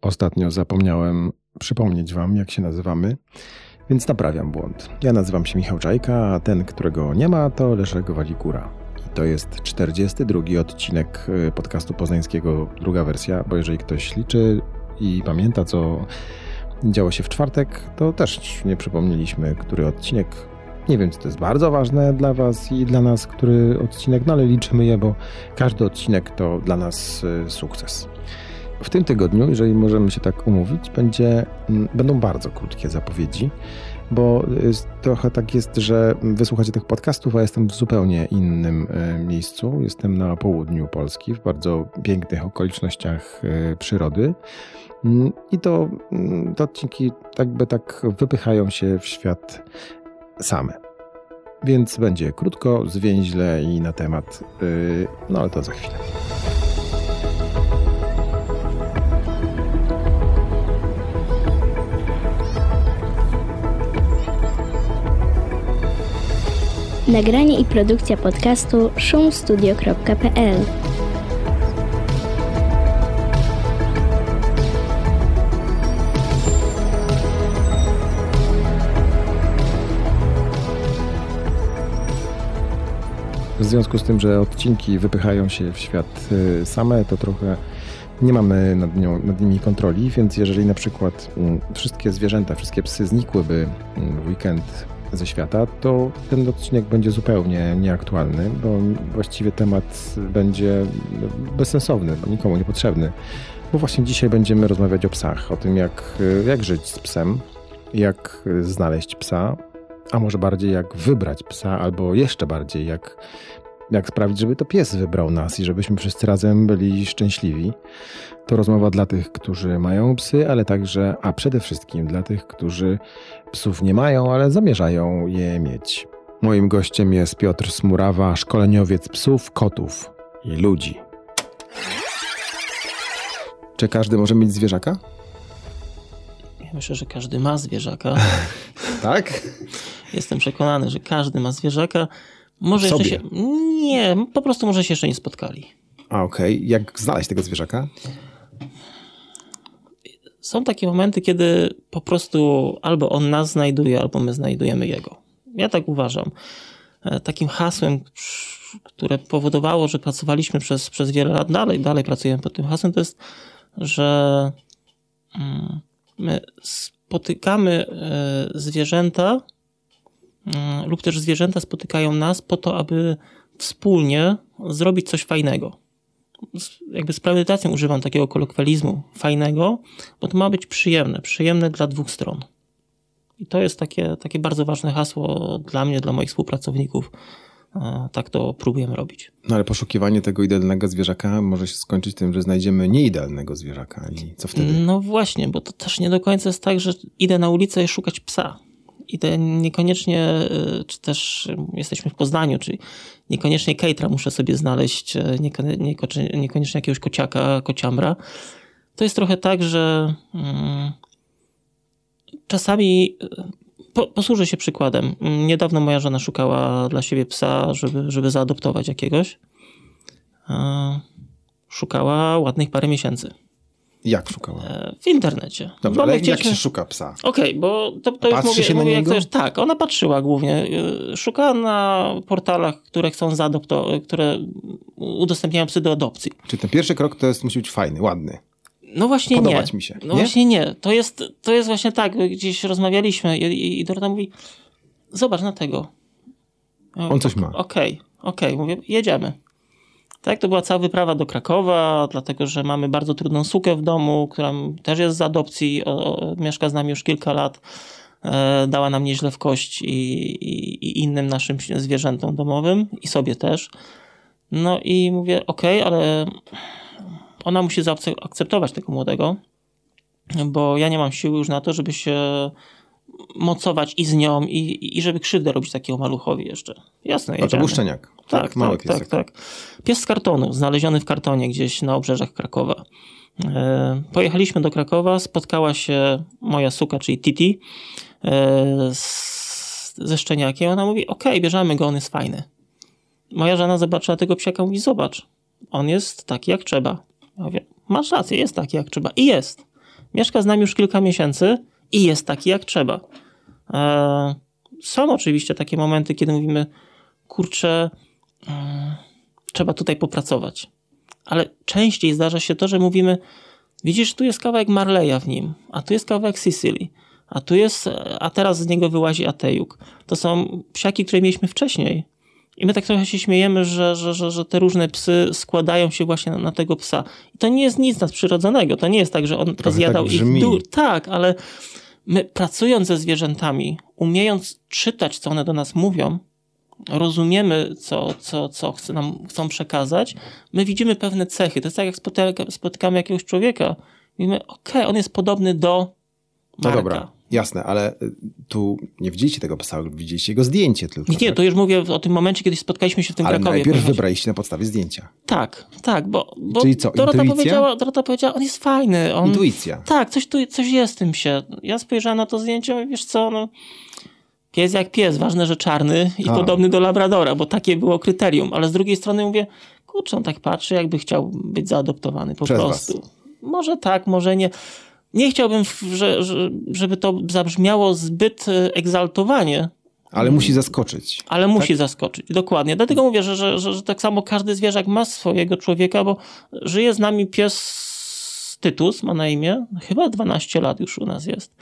Ostatnio zapomniałem przypomnieć wam, jak się nazywamy, więc naprawiam błąd. Ja nazywam się Michał Czajka, a ten, którego nie ma, to Leszek Walikura. I to jest 42 odcinek podcastu poznańskiego, druga wersja, bo jeżeli ktoś liczy i pamięta, co działo się w czwartek, to też nie przypomnieliśmy, który odcinek. Nie wiem, czy to jest bardzo ważne dla was i dla nas, który odcinek, no ale liczymy je, bo każdy odcinek to dla nas sukces. W tym tygodniu, jeżeli możemy się tak umówić, będą bardzo krótkie zapowiedzi, bo trochę tak jest, że wysłuchacie tych podcastów, a jestem w zupełnie innym miejscu. Jestem na południu Polski, w bardzo pięknych okolicznościach przyrody. I te odcinki tak wypychają się w świat same. Więc będzie krótko, zwięźle i na temat, no ale to za chwilę. Nagranie i produkcja podcastu szumstudio.pl. W związku z tym, że odcinki wypychają się w świat same, to trochę nie mamy nad nimi kontroli, więc jeżeli na przykład wszystkie zwierzęta, wszystkie psy znikłyby w weekend ze świata, to ten odcinek będzie zupełnie nieaktualny, bo właściwie temat będzie bezsensowny, bo nikomu niepotrzebny. Bo właśnie dzisiaj będziemy rozmawiać o psach, o tym jak żyć z psem, jak znaleźć psa, a może bardziej jak wybrać psa, albo jeszcze bardziej jak sprawić, żeby to pies wybrał nas i żebyśmy wszyscy razem byli szczęśliwi. To rozmowa dla tych, którzy mają psy, ale także, a przede wszystkim dla tych, którzy psów nie mają, ale zamierzają je mieć. Moim gościem jest Piotr Smurawa, szkoleniowiec psów, kotów i ludzi. Czy każdy może mieć zwierzaka? Ja myślę, że każdy ma zwierzaka. Tak? Jestem przekonany, że każdy ma zwierzaka. Może jeszcze się... Nie, po prostu może się jeszcze nie spotkali. A okej. Jak znaleźć tego zwierzaka? Są takie momenty, kiedy po prostu albo on nas znajduje, albo my znajdujemy jego. Ja tak uważam. Takim hasłem, które powodowało, że pracowaliśmy przez wiele lat, dalej pracujemy pod tym hasłem, to jest, że my spotykamy zwierzęta lub też zwierzęta spotykają nas po to, aby wspólnie zrobić coś fajnego. Jakby z premedytacją używam takiego kolokwializmu fajnego, bo to ma być przyjemne dla dwóch stron. I to jest takie bardzo ważne hasło dla mnie, dla moich współpracowników. Tak to próbujemy robić. No ale poszukiwanie tego idealnego zwierzaka może się skończyć tym, że znajdziemy nieidealnego zwierzaka. I co wtedy? No właśnie, bo to też nie do końca jest tak, że idę na ulicę i szukać psa. Idę niekoniecznie, czy też jesteśmy w Poznaniu, czyli niekoniecznie kejtra muszę sobie znaleźć, niekoniecznie jakiegoś kociaka, kociambra. To jest trochę tak, że czasami posłużę się przykładem. Niedawno moja żona szukała dla siebie psa, żeby zaadoptować jakiegoś. Szukała ładnych parę miesięcy. Jak szukała? W internecie. Dobrze, ale jak się szuka psa? Okej, bo to już mówię jak to jest. Tak, ona patrzyła głównie. Szukała na portalach, które chcą które udostępniają psy do adopcji. Czyli ten pierwszy krok to musi być fajny, ładny. No właśnie Podobać mi się. No właśnie nie. To jest właśnie tak. Gdzieś rozmawialiśmy i Dorota mówi, zobacz na tego. On coś ma. Okej. Mówię, jedziemy. Tak, to była cała wyprawa do Krakowa, dlatego że mamy bardzo trudną sukę w domu, która też jest z adopcji, mieszka z nami już kilka lat. Dała nam nieźle w kość i innym naszym zwierzętom domowym i sobie też. No i mówię, ale ona musi zaakceptować tego młodego, bo ja nie mam siły już na to, żeby się mocować i z nią i żeby krzywdę robić takiego maluchowi jeszcze. Jasne, jedziemy. A to był szczeniak. Tak, mały piesek. Tak. Pies z kartonu, znaleziony w kartonie gdzieś na obrzeżach Krakowa. Pojechaliśmy do Krakowa, spotkała się moja suka, czyli Titi, ze szczeniakiem. Ona mówi, bierzemy go, on jest fajny. Moja żona zobaczyła tego psiaka i mówi, zobacz, on jest taki jak trzeba. Ja mówię, masz rację, jest taki jak trzeba. I jest. Mieszka z nami już kilka miesięcy i jest taki jak trzeba. Są oczywiście takie momenty, kiedy mówimy, kurczę, trzeba tutaj popracować. Ale częściej zdarza się to, że mówimy, widzisz, tu jest kawałek Marleya w nim, a tu jest kawałek Sicily, a teraz z niego wyłazi Atejuk. To są psiaki, które mieliśmy wcześniej. I my tak trochę się śmiejemy, że te różne psy składają się właśnie na tego psa. I to nie jest nic nadprzyrodzonego. To nie jest tak, że on zjadał ich dur. Tak, ale my pracując ze zwierzętami, umiejąc czytać, co one do nas mówią, rozumiemy, co chcą przekazać, my widzimy pewne cechy. To jest tak, jak spotykamy jakiegoś człowieka. Mówimy, on jest podobny do Marka. No dobra, jasne, ale tu nie widzieliście tego psa, widzieliście jego zdjęcie tylko. Nie, to już mówię o tym momencie, kiedy spotkaliśmy się w tym Krakowie. Ale najpierw wybraliście na podstawie zdjęcia. Tak, bo czyli co, Dorota powiedziała, on jest fajny. Intuicja. Tak, coś jest w tym psie. Ja spojrzałem na to zdjęcie i wiesz co, pies jak pies, ważne, że czarny i podobny do Labradora, bo takie było kryterium. Ale z drugiej strony mówię, kurczę, on tak patrzy, jakby chciał być zaadoptowany po prostu. Was. Może tak, może nie. Nie chciałbym, żeby to zabrzmiało zbyt egzaltowanie. Ale musi zaskoczyć. Ale musi zaskoczyć, dokładnie. Dlatego mówię, że tak samo każdy zwierzak ma swojego człowieka, bo żyje z nami pies Tytus, ma na imię. Chyba 12 lat już u nas jest.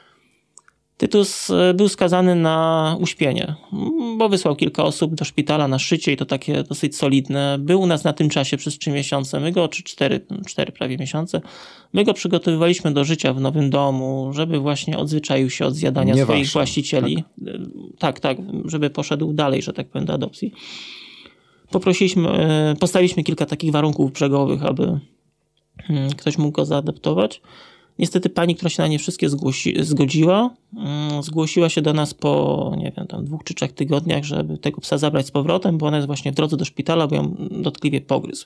Tytus był skazany na uśpienie, bo wysłał kilka osób do szpitala na szycie i to takie dosyć solidne. Był u nas na tym czasie przez 3 miesiące, czy 4 prawie miesiące. My go przygotowywaliśmy do życia w nowym domu, żeby właśnie odzwyczaił się od zjadania swoich właścicieli. Tak, żeby poszedł dalej, że tak powiem, do adopcji. Postawiliśmy kilka takich warunków brzegowych, aby ktoś mógł go zaadoptować. Niestety pani, która się na nie wszystkie zgodziła, zgłosiła się do nas po, 2 czy 3 tygodniach, żeby tego psa zabrać z powrotem, bo ona jest właśnie w drodze do szpitala, bo ją dotkliwie pogryzł.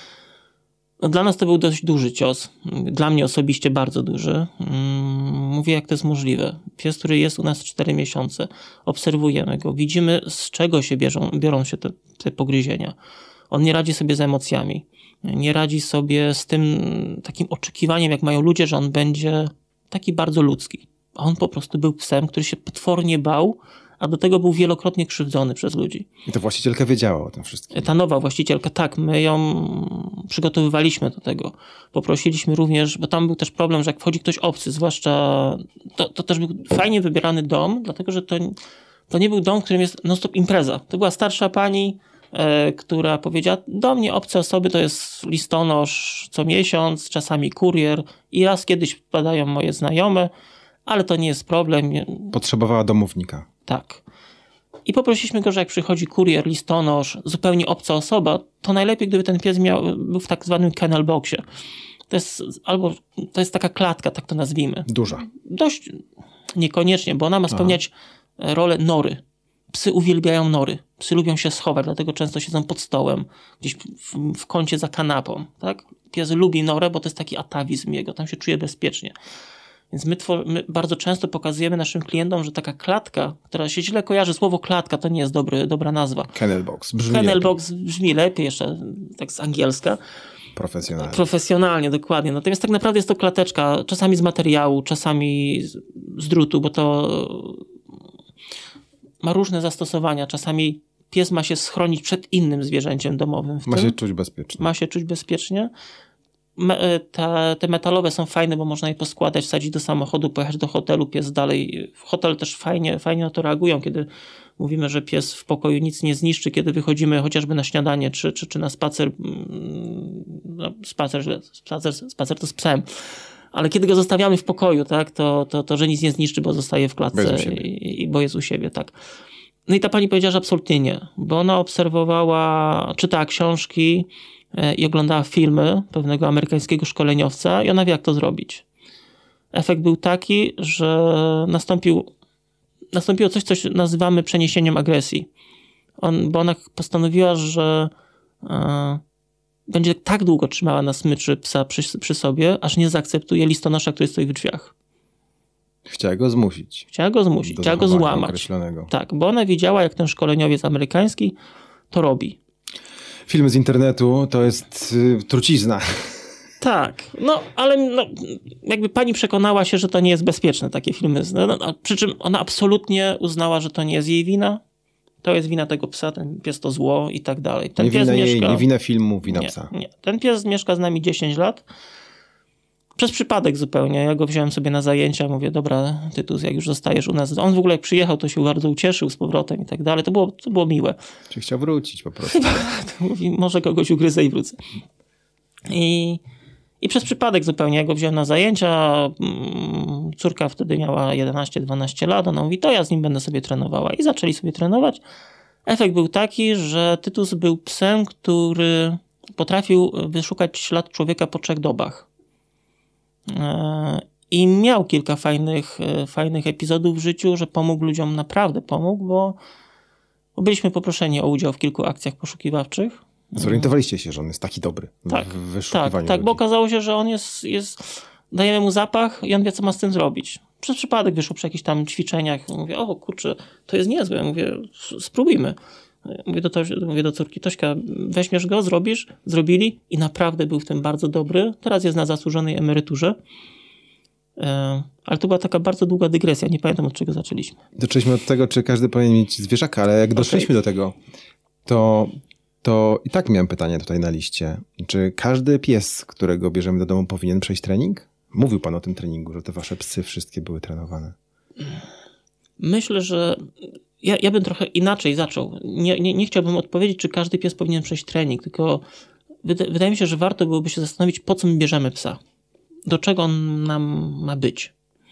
Dla nas to był dość duży cios. Dla mnie osobiście bardzo duży. Mówię, jak to jest możliwe. Pies, który jest u nas 4 miesiące, obserwujemy go, widzimy, z czego się biorą się te pogryzienia. On nie radzi sobie z emocjami. Nie radzi sobie z tym takim oczekiwaniem, jak mają ludzie, że on będzie taki bardzo ludzki. A on po prostu był psem, który się potwornie bał, a do tego był wielokrotnie krzywdzony przez ludzi. I to właścicielka wiedziała o tym wszystkim. Ta nowa właścicielka, tak, my ją przygotowywaliśmy do tego. Poprosiliśmy również, bo tam był też problem, że jak wchodzi ktoś obcy, zwłaszcza, to też był fajnie wybierany dom, dlatego że to nie był dom, w którym jest non-stop impreza. To była starsza pani, która powiedziała, do mnie obce osoby to jest listonosz co miesiąc, czasami kurier i raz kiedyś wpadają moje znajome, ale to nie jest problem. Potrzebowała domownika. Tak. I poprosiliśmy go, że jak przychodzi kurier, listonosz, zupełnie obca osoba, to najlepiej, gdyby ten pies był w tak zwanym kennel boxie. To jest taka klatka, tak to nazwijmy. Duża. Dość niekoniecznie, bo ona ma spełniać rolę nory. Psy uwielbiają nory. Psy lubią się schować, dlatego często siedzą pod stołem, gdzieś w kącie za kanapą. Tak? Pies lubi norę, bo to jest taki atawizm jego, tam się czuje bezpiecznie. Więc my bardzo często pokazujemy naszym klientom, że taka klatka, która się źle kojarzy, słowo klatka to nie jest dobra nazwa. Kennel box brzmi lepiej, jeszcze tak z angielska. Profesjonalnie, dokładnie. Natomiast tak naprawdę jest to klateczka, czasami z materiału, czasami z drutu, bo to ma różne zastosowania. Czasami pies ma się schronić przed innym zwierzęciem domowym. Ma się czuć bezpiecznie. Ma się czuć bezpiecznie. Te metalowe są fajne, bo można je poskładać, wsadzić do samochodu, pojechać do hotelu, pies dalej. W hotel też fajnie na to reagują, kiedy mówimy, że pies w pokoju nic nie zniszczy, kiedy wychodzimy chociażby na śniadanie, czy na spacer. Spacer to z psem. Ale kiedy go zostawiamy w pokoju, tak, to że nic nie zniszczy, bo zostaje w klatce bo jest u siebie, tak. No i ta pani powiedziała, że absolutnie nie, bo ona obserwowała, czytała książki i oglądała filmy pewnego amerykańskiego szkoleniowca i ona wie, jak to zrobić. Efekt był taki, że nastąpiło coś, co nazywamy przeniesieniem agresji. Bo ona postanowiła, że będzie tak długo trzymała na smyczy psa przy sobie, aż nie zaakceptuje listonosza, który stoi w drzwiach. Chciała go zmusić. Chciała go złamać. Określonego. Tak, bo ona widziała, jak ten szkoleniowiec amerykański to robi. Filmy z internetu to jest trucizna. Tak, no ale jakby pani przekonała się, że to nie jest bezpieczne, takie filmy. Przy czym ona absolutnie uznała, że to nie jest jej wina. To jest wina tego psa, ten pies to zło i tak dalej. Ten pies mieszka... nie wina filmu, wina psa. Nie. Ten pies mieszka z nami 10 lat. Przez przypadek zupełnie. Ja go wziąłem sobie na zajęcia, mówię, dobra, Tytus, jak już zostajesz u nas. On w ogóle jak przyjechał, to się bardzo ucieszył z powrotem i tak dalej. To było miłe. Czy chciał wrócić po prostu. Mówi, może kogoś ugryzę i wrócę. I przez przypadek zupełnie, ja go wziąłem na zajęcia, córka wtedy miała 11-12 lat, ona mówi, to ja z nim będę sobie trenowała. I zaczęli sobie trenować. Efekt był taki, że Tytus był psem, który potrafił wyszukać ślad człowieka po 3 dobach. I miał kilka fajnych epizodów w życiu, że pomógł ludziom, naprawdę pomógł, bo byliśmy poproszeni o udział w kilku akcjach poszukiwawczych. Zorientowaliście się, że on jest taki dobry w wyszukiwaniu Tak, bo okazało się, że on jest dajemy mu zapach i on wie, co ma z tym zrobić. Przez przypadek wyszło przy jakichś tam ćwiczeniach. Mówię, o kurczę, to jest niezłe. Mówię, spróbujmy. Mówię do córki, Tośka, weźmiesz go, zrobisz? Zrobili i naprawdę był w tym bardzo dobry. Teraz jest na zasłużonej emeryturze. Ale to była taka bardzo długa dygresja. Nie pamiętam, od czego zaczęliśmy. Zaczęliśmy od tego, czy każdy powinien mieć zwierzaka, ale jak doszliśmy do tego, to i tak miałem pytanie tutaj na liście. Czy każdy pies, którego bierzemy do domu, powinien przejść trening? Mówił pan o tym treningu, że te wasze psy wszystkie były trenowane. Myślę, że ja bym trochę inaczej zaczął. Nie chciałbym odpowiedzieć, czy każdy pies powinien przejść trening, tylko wydaje mi się, że warto byłoby się zastanowić, po co my bierzemy psa. Do czego on nam ma być.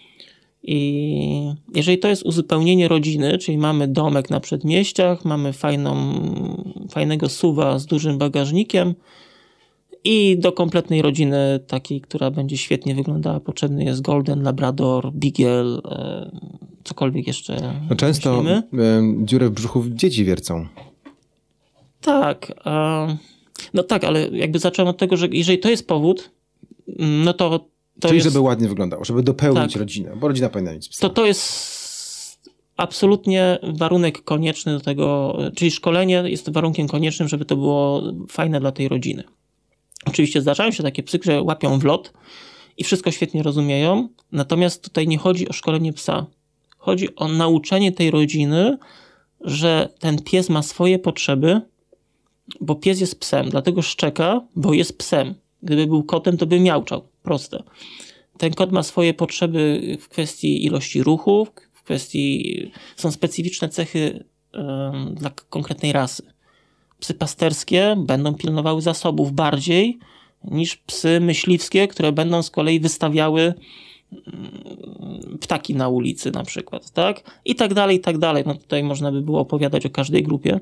I jeżeli to jest uzupełnienie rodziny, czyli mamy domek na przedmieściach, mamy fajnego SUV-a z dużym bagażnikiem i do kompletnej rodziny takiej, która będzie świetnie wyglądała, potrzebny jest Golden, Labrador, Beagle, cokolwiek jeszcze. No często dziurę w brzuchu dzieci wiercą. Tak. No tak, ale jakby zacząłem od tego, że jeżeli to jest powód, no to czyli jest, żeby ładnie wyglądało, żeby dopełnić rodzinę, bo rodzina powinna mieć psa. To jest absolutnie warunek konieczny do tego, czyli szkolenie jest warunkiem koniecznym, żeby to było fajne dla tej rodziny. Oczywiście zdarzają się takie psy, które łapią w lot i wszystko świetnie rozumieją, natomiast tutaj nie chodzi o szkolenie psa. Chodzi o nauczenie tej rodziny, że ten pies ma swoje potrzeby, bo pies jest psem, dlatego szczeka, bo jest psem. Gdyby był kotem, to by miauczał. Proste. Ten kot ma swoje potrzeby w kwestii ilości ruchów, w kwestii... Są specyficzne cechy dla konkretnej rasy. Psy pasterskie będą pilnowały zasobów bardziej niż psy myśliwskie, które będą z kolei wystawiały ptaki na ulicy na przykład. Tak? I tak dalej, i tak dalej. No tutaj można by było opowiadać o każdej grupie.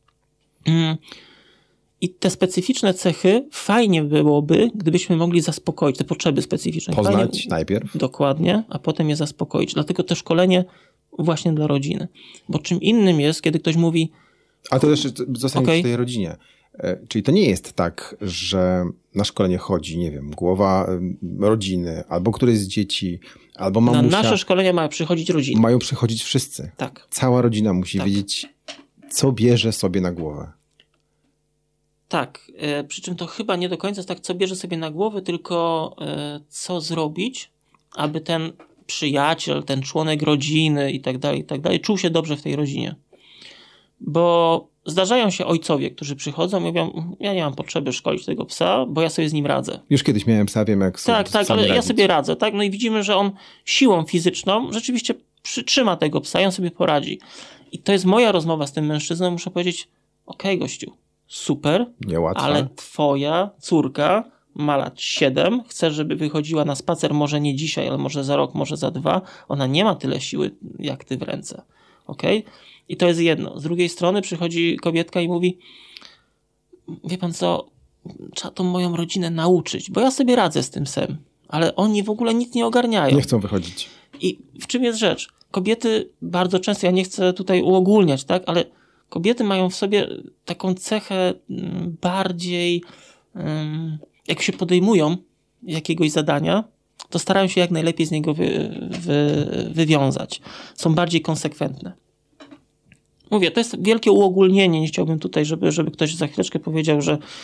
I te specyficzne cechy fajnie byłoby, gdybyśmy mogli zaspokoić te potrzeby specyficzne. Poznać najpierw. Dokładnie, a potem je zaspokoić. Dlatego to szkolenie właśnie dla rodziny. Bo czym innym jest, kiedy ktoś mówi... A to jeszcze zostanie w tej rodzinie. Czyli to nie jest tak, że na szkolenie chodzi, nie wiem, głowa rodziny, albo któreś z dzieci, albo mamusia. Na nasze szkolenia mają przychodzić rodziny. Mają przychodzić wszyscy. Tak. Cała rodzina musi wiedzieć, co bierze sobie na głowę. Tak, przy czym to chyba nie do końca jest tak, co bierze sobie na głowę, tylko co zrobić, aby ten przyjaciel, ten członek rodziny i tak dalej, czuł się dobrze w tej rodzinie. Bo zdarzają się ojcowie, którzy przychodzą i mówią, ja nie mam potrzeby szkolić tego psa, bo ja sobie z nim radzę. Już kiedyś miałem psa, wiem jak sobie Tak, ale ja sobie radzę. Tak? No i widzimy, że on siłą fizyczną rzeczywiście przytrzyma tego psa i on sobie poradzi. I to jest moja rozmowa z tym mężczyzną, muszę powiedzieć, okej, gościu, super, niełatwa. Ale twoja córka ma lat 7, chce, żeby wychodziła na spacer, może nie dzisiaj, ale może za rok, może za 2. Ona nie ma tyle siły, jak ty w ręce. Okay? I to jest jedno. Z drugiej strony przychodzi kobietka i mówi, wie pan co, trzeba tą moją rodzinę nauczyć, bo ja sobie radzę z tym psem, ale oni w ogóle nic nie ogarniają. Nie chcą wychodzić. I w czym jest rzecz? Kobiety bardzo często, ja nie chcę tutaj uogólniać, tak, ale kobiety mają w sobie taką cechę bardziej, jak się podejmują jakiegoś zadania, to starają się jak najlepiej z niego wywiązać. Są bardziej konsekwentne. Mówię, to jest wielkie uogólnienie. Nie chciałbym tutaj, żeby ktoś za chwileczkę powiedział, że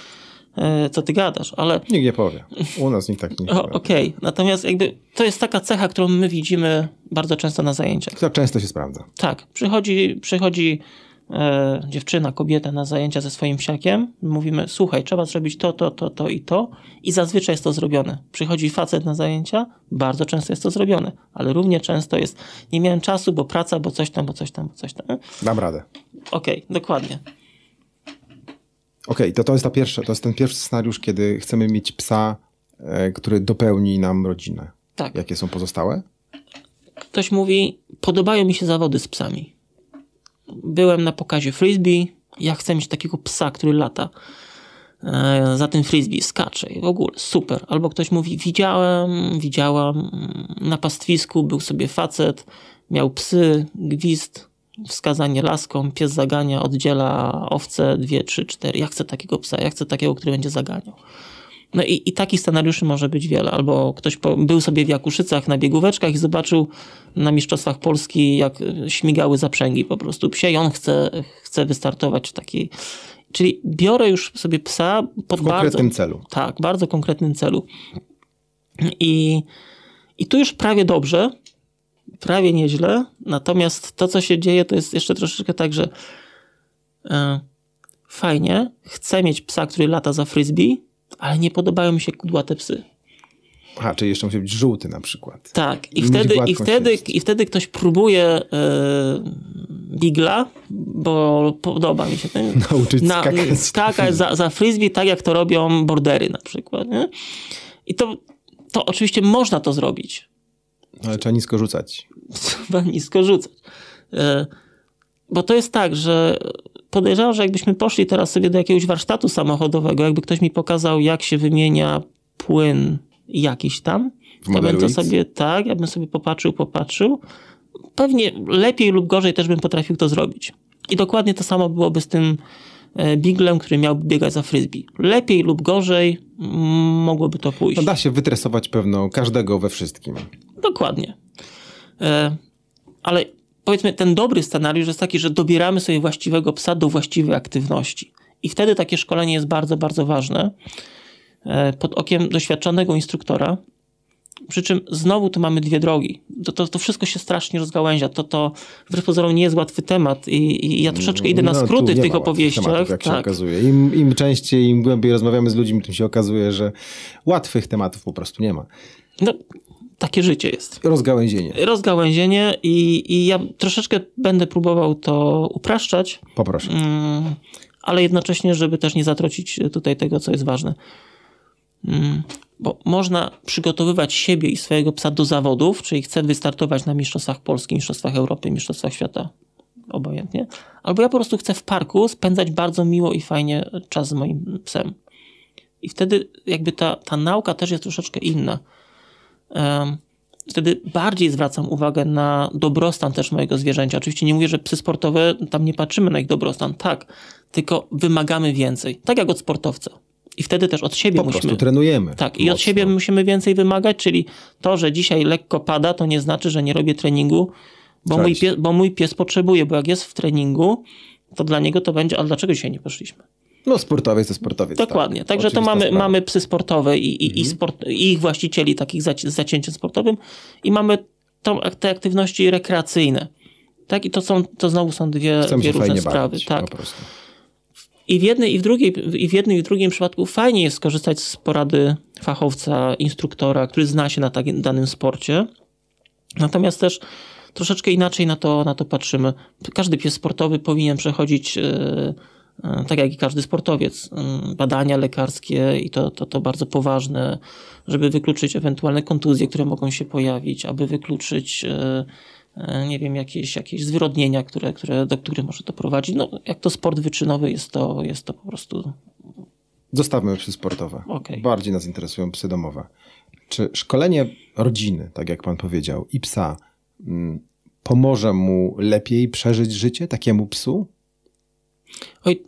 co ty gadasz, ale... Nikt nie powie. U nas nikt tak nie powie. Okej. Natomiast jakby to jest taka cecha, którą my widzimy bardzo często na zajęciach. Która często się sprawdza. Tak. Przychodzi dziewczyna, kobieta na zajęcia ze swoim psiakiem. Mówimy, słuchaj, trzeba zrobić to i to. I zazwyczaj jest to zrobione. Przychodzi facet na zajęcia, bardzo często jest to zrobione. Ale równie często jest, nie miałem czasu, bo praca, bo coś tam. Dam radę. Okej, dokładnie. Okej, to jest ten pierwszy scenariusz, kiedy chcemy mieć psa, który dopełni nam rodzinę. Tak. Jakie są pozostałe? Ktoś mówi, podobają mi się zawody z psami. Byłem na pokazie frisbee, ja chcę mieć takiego psa, który lata za tym frisbee, skacze i w ogóle super. Albo ktoś mówi, widziałam na pastwisku, był sobie facet, miał psy, gwizd, wskazanie laską, pies zagania, oddziela owce 2, 3, 4. Ja chcę takiego psa, ja chcę takiego, który będzie zaganiał. No i takich scenariuszy może być wiele. Albo ktoś był sobie w Jakuszycach na biegóweczkach i zobaczył na Mistrzostwach Polski, jak śmigały zaprzęgi po prostu psie i on chce wystartować w takiej... Czyli biorę już sobie psa pod w konkretnym celu. Tak, bardzo konkretnym celu. I tu już prawie dobrze, prawie nieźle, natomiast to, co się dzieje, to jest jeszcze troszeczkę tak, że fajnie, chcę mieć psa, który lata za frisbee, ale nie podobają mi się kudłate psy. Aha, czyli jeszcze musi być żółty na przykład. Tak, i wtedy ktoś próbuje bigla, bo podoba mi się ten. Nauczyć skakać za frisbee, tak jak to robią bordery na przykład. Nie? I to oczywiście można to zrobić. Ale trzeba nisko rzucać. Trzeba nisko rzucać. Bo to jest tak, że podejrzewam, że jakbyśmy poszli teraz sobie do jakiegoś warsztatu samochodowego, jakby ktoś mi pokazał, jak się wymienia płyn jakiś tam, to bym to sobie, tak, ja bym sobie popatrzył. Pewnie lepiej lub gorzej też bym potrafił to zrobić. I dokładnie to samo byłoby z tym biglem, który miałby biegać za frisbee. Lepiej lub gorzej mogłoby to pójść. No da się wytresować pewno każdego we wszystkim. Dokładnie. Ale powiedzmy, ten dobry scenariusz jest taki, że dobieramy sobie właściwego psa do właściwej aktywności. I wtedy takie szkolenie jest bardzo, bardzo ważne. Pod okiem doświadczonego instruktora. Przy czym znowu tu mamy dwie drogi. To wszystko się strasznie rozgałęzia. To wbrew pozorom nie jest łatwy temat i ja troszeczkę idę na skróty w tych opowieściach. Tematów, jak się okazuje. Im częściej, im głębiej rozmawiamy z ludźmi, tym się okazuje, że łatwych tematów po prostu nie ma. No, takie życie jest. Rozgałęzienie i ja troszeczkę będę próbował to upraszczać. Poproszę. Ale jednocześnie, żeby też nie zatrocić tutaj tego, co jest ważne. Bo można przygotowywać siebie i swojego psa do zawodów, czyli chcę wystartować na Mistrzostwach Polski, Mistrzostwach Europy, Mistrzostwach Świata, obojętnie. Albo ja po prostu chcę w parku spędzać bardzo miło i fajnie czas z moim psem. I wtedy jakby ta nauka też jest troszeczkę inna. Wtedy bardziej zwracam uwagę na dobrostan też mojego zwierzęcia. Oczywiście nie mówię, że psy sportowe, tam nie patrzymy na ich dobrostan, tak, tylko wymagamy więcej. Tak jak od sportowca. I wtedy też od siebie musimy... Po prostu trenujemy. Tak, mocno. I od siebie musimy więcej wymagać, czyli to, że dzisiaj lekko pada, to nie znaczy, że nie robię treningu, bo mój pies potrzebuje, bo jak jest w treningu, to dla niego to będzie, ale dlaczego dzisiaj nie poszliśmy? No sportowiec to sportowiec. Dokładnie. Tak. Także to mamy psy sportowe i ich właścicieli takich z zacięciem sportowym i mamy te aktywności rekreacyjne. Tak? I to znowu są dwie różne sprawy. Bawić, tak. Po prostu. I w jednym i w drugim przypadku fajnie jest skorzystać z porady fachowca, instruktora, który zna się na danym sporcie. Natomiast też troszeczkę inaczej na to patrzymy. Każdy pies sportowy powinien przechodzić, tak jak i każdy sportowiec, badania lekarskie i to bardzo poważne, żeby wykluczyć ewentualne kontuzje, które mogą się pojawić, aby wykluczyć nie wiem, jakieś zwyrodnienia, do których może to prowadzić. No, jak to sport wyczynowy jest to po prostu... Zostawmy psy sportowe. Okay. Bardziej nas interesują psy domowe. Czy szkolenie rodziny, tak jak pan powiedział, i psa pomoże mu lepiej przeżyć życie takiemu psu? Oj...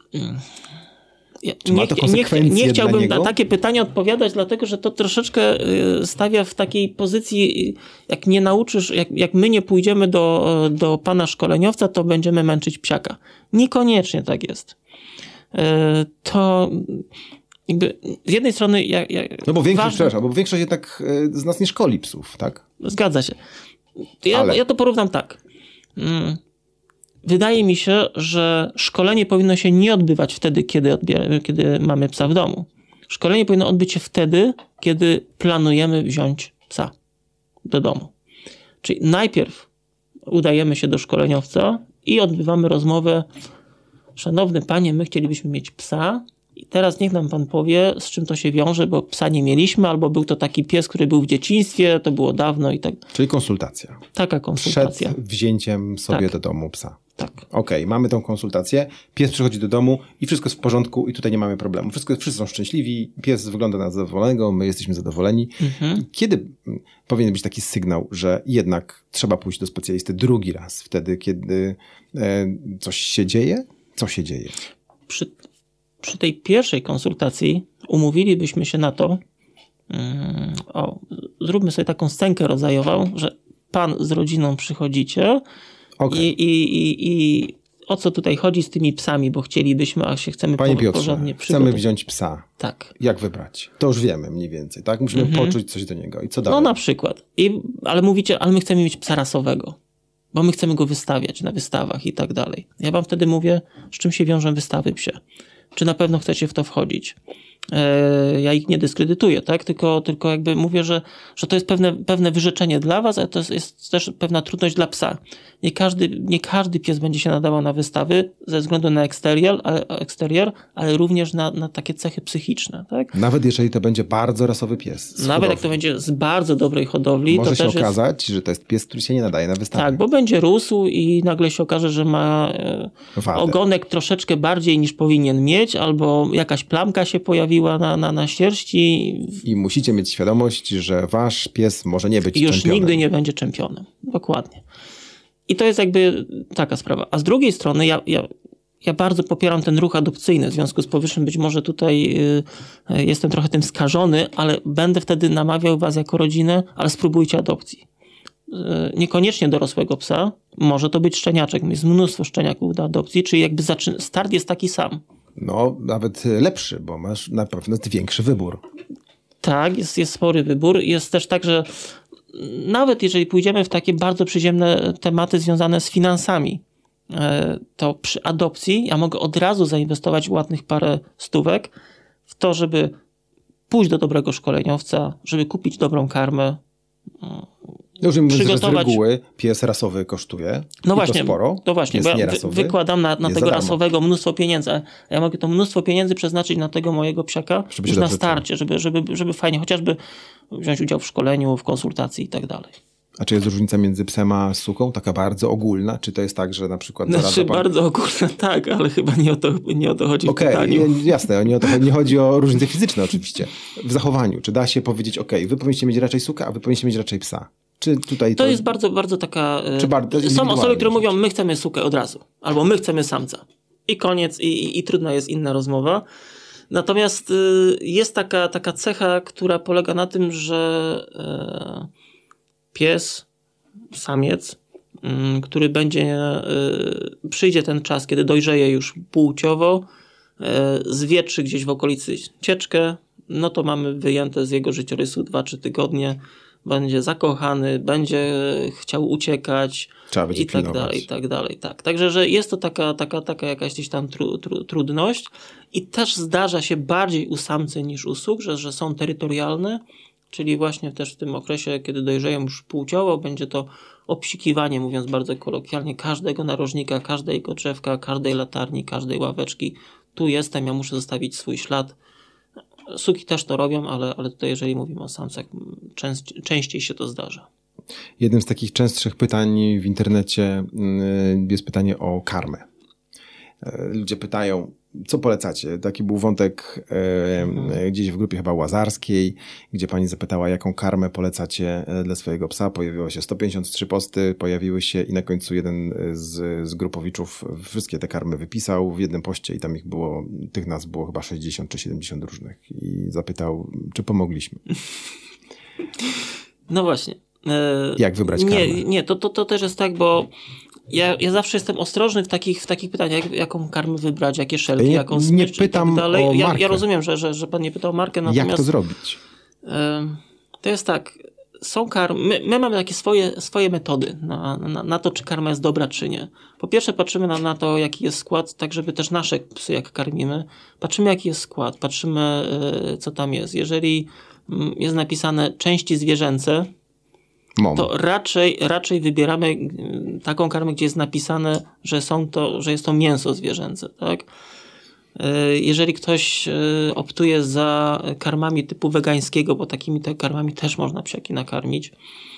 Nie chciałbym na takie pytanie odpowiadać, dlatego że to troszeczkę stawia w takiej pozycji, jak nie nauczysz, jak my nie pójdziemy do pana szkoleniowca, to będziemy męczyć psiaka. Niekoniecznie tak jest. To jakby z jednej strony... No bo większość jednak z nas nie szkoli psów, tak? Zgadza się. Ja to porównam tak. Wydaje mi się, że szkolenie powinno się nie odbywać wtedy, kiedy mamy psa w domu. Szkolenie powinno odbyć się wtedy, kiedy planujemy wziąć psa do domu. Czyli najpierw udajemy się do szkoleniowca i odbywamy rozmowę: szanowny panie, my chcielibyśmy mieć psa i teraz niech nam pan powie, z czym to się wiąże, bo psa nie mieliśmy, albo był to taki pies, który był w dzieciństwie, to było dawno i tak. Czyli konsultacja. Taka konsultacja. Przed wzięciem sobie do domu psa. Tak. Okej, mamy tą konsultację, pies przychodzi do domu i wszystko jest w porządku i tutaj nie mamy problemu. Wszyscy są szczęśliwi, pies wygląda na zadowolonego, my jesteśmy zadowoleni. Kiedy powinien być taki sygnał, że jednak trzeba pójść do specjalisty drugi raz? Wtedy, kiedy coś się dzieje? Co się dzieje? Przy tej pierwszej konsultacji umówilibyśmy się na to, zróbmy sobie taką scenkę rodzajową, że pan z rodziną przychodzicie. Okay. I o co tutaj chodzi z tymi psami, bo chcielibyśmy, a się chcemy porządnie przygotować. Chcemy wziąć psa. Tak. Jak wybrać? To już wiemy mniej więcej, tak? Musimy poczuć coś do niego. I co dalej? No na przykład. Ale mówicie, ale my chcemy mieć psa rasowego, bo my chcemy go wystawiać na wystawach i tak dalej. Ja wam wtedy mówię, z czym się wiążą wystawy psie. Czy na pewno chcecie w to wchodzić? Ja ich nie dyskredytuję, tak? Tylko jakby mówię, że to jest pewne wyrzeczenie dla was, ale to jest też pewna trudność dla psa. Nie każdy pies będzie się nadawał na wystawy ze względu na eksterior, ale również na takie cechy psychiczne, tak? Nawet jeżeli to będzie bardzo rasowy pies. Nawet jak to będzie z bardzo dobrej hodowli. Może się okazać, że to jest pies, który się nie nadaje na wystawę. Tak, bo będzie rósł i nagle się okaże, że ma ogonek troszeczkę bardziej niż powinien mieć, albo jakaś plamka się pojawiła na sierści. I musicie mieć świadomość, że wasz pies może nie być już czempionem. Nigdy nie będzie czempionem. Dokładnie. I to jest jakby taka sprawa. A z drugiej strony ja bardzo popieram ten ruch adopcyjny. W związku z powyższym być może tutaj jestem trochę tym skażony, ale będę wtedy namawiał was jako rodzinę, ale spróbujcie adopcji. Niekoniecznie dorosłego psa. Może to być szczeniaczek. Jest mnóstwo szczeniaków do adopcji, czyli jakby start jest taki sam. No, nawet lepszy, bo masz na pewno większy wybór. Tak, jest spory wybór. Jest też tak, że nawet jeżeli pójdziemy w takie bardzo przyziemne tematy związane z finansami, to przy adopcji ja mogę od razu zainwestować ładnych parę stówek w to, żeby pójść do dobrego szkoleniowca, żeby kupić dobrą karmę. Już z reguły pies rasowy kosztuje. No właśnie, to sporo. To właśnie, bo ja wykładam na tego rasowego mnóstwo pieniędzy. A ja mogę to mnóstwo pieniędzy przeznaczyć na tego mojego psiaka już na starcie, żeby fajnie chociażby wziąć udział w szkoleniu, w konsultacji i tak dalej. A czy jest różnica między psem a suką? Taka bardzo ogólna? Czy to jest tak, że na przykład... Bardzo ogólna, tak, ale chyba nie o to chodzi w pytaniu. Jasne, nie chodzi o różnice fizyczne oczywiście. W zachowaniu. Czy da się powiedzieć, wy powinniście mieć raczej sukę, a wy powinniście mieć raczej psa? Czy tutaj to jest bardzo, bardzo taka... Są osoby, które mówią, my chcemy sukę od razu. Albo my chcemy samca. I koniec, i trudna jest inna rozmowa. Natomiast jest taka cecha, która polega na tym, że pies, samiec, który przyjdzie ten czas, kiedy dojrzeje już płciowo, zwietrzy gdzieś w okolicy cieczkę, no to mamy wyjęte z jego życiorysu 2-3 tygodnie, będzie zakochany, będzie chciał uciekać i tak dalej. Tak. Także, że jest to taka jakaś gdzieś tam trudność i też zdarza się bardziej u samcy niż u suk, że są terytorialne, czyli właśnie też w tym okresie, kiedy dojrzeją już płciowo, będzie to obsikiwanie, mówiąc bardzo kolokwialnie, każdego narożnika, każdego drzewka, każdej latarni, każdej ławeczki. Tu jestem, ja muszę zostawić swój ślad. Suki też to robią, ale tutaj jeżeli mówimy o samcach, częściej się to zdarza. Jednym z takich częstszych pytań w internecie jest pytanie o karmę. Ludzie pytają, co polecacie? Taki był wątek gdzieś w grupie chyba łazarskiej, gdzie pani zapytała, jaką karmę polecacie dla swojego psa. Pojawiło się 153 posty, pojawiły się i na końcu jeden z grupowiczów wszystkie te karmy wypisał w jednym poście i tam tych nazw było chyba 60 czy 70 różnych i zapytał, czy pomogliśmy. No właśnie. Jak wybrać karmę? Nie, to też jest tak, bo Ja zawsze jestem ostrożny w takich pytaniach, jaką karmę wybrać, jakie szelki, jaką smycz. Nie pytam o markę. Ja rozumiem, że pan nie pytał o markę, natomiast... Jak to zrobić? To jest tak, są karmy, my mamy takie swoje metody na to, czy karma jest dobra, czy nie. Po pierwsze patrzymy na to, jaki jest skład, tak żeby też nasze psy, jak karmimy, patrzymy, jaki jest skład, patrzymy, co tam jest. Jeżeli jest napisane części zwierzęce, to raczej wybieramy taką karmę, gdzie jest napisane, że jest to mięso zwierzęce, tak? Jeżeli ktoś optuje za karmami typu wegańskiego, bo takimi karmami też można psiaki nakarmić.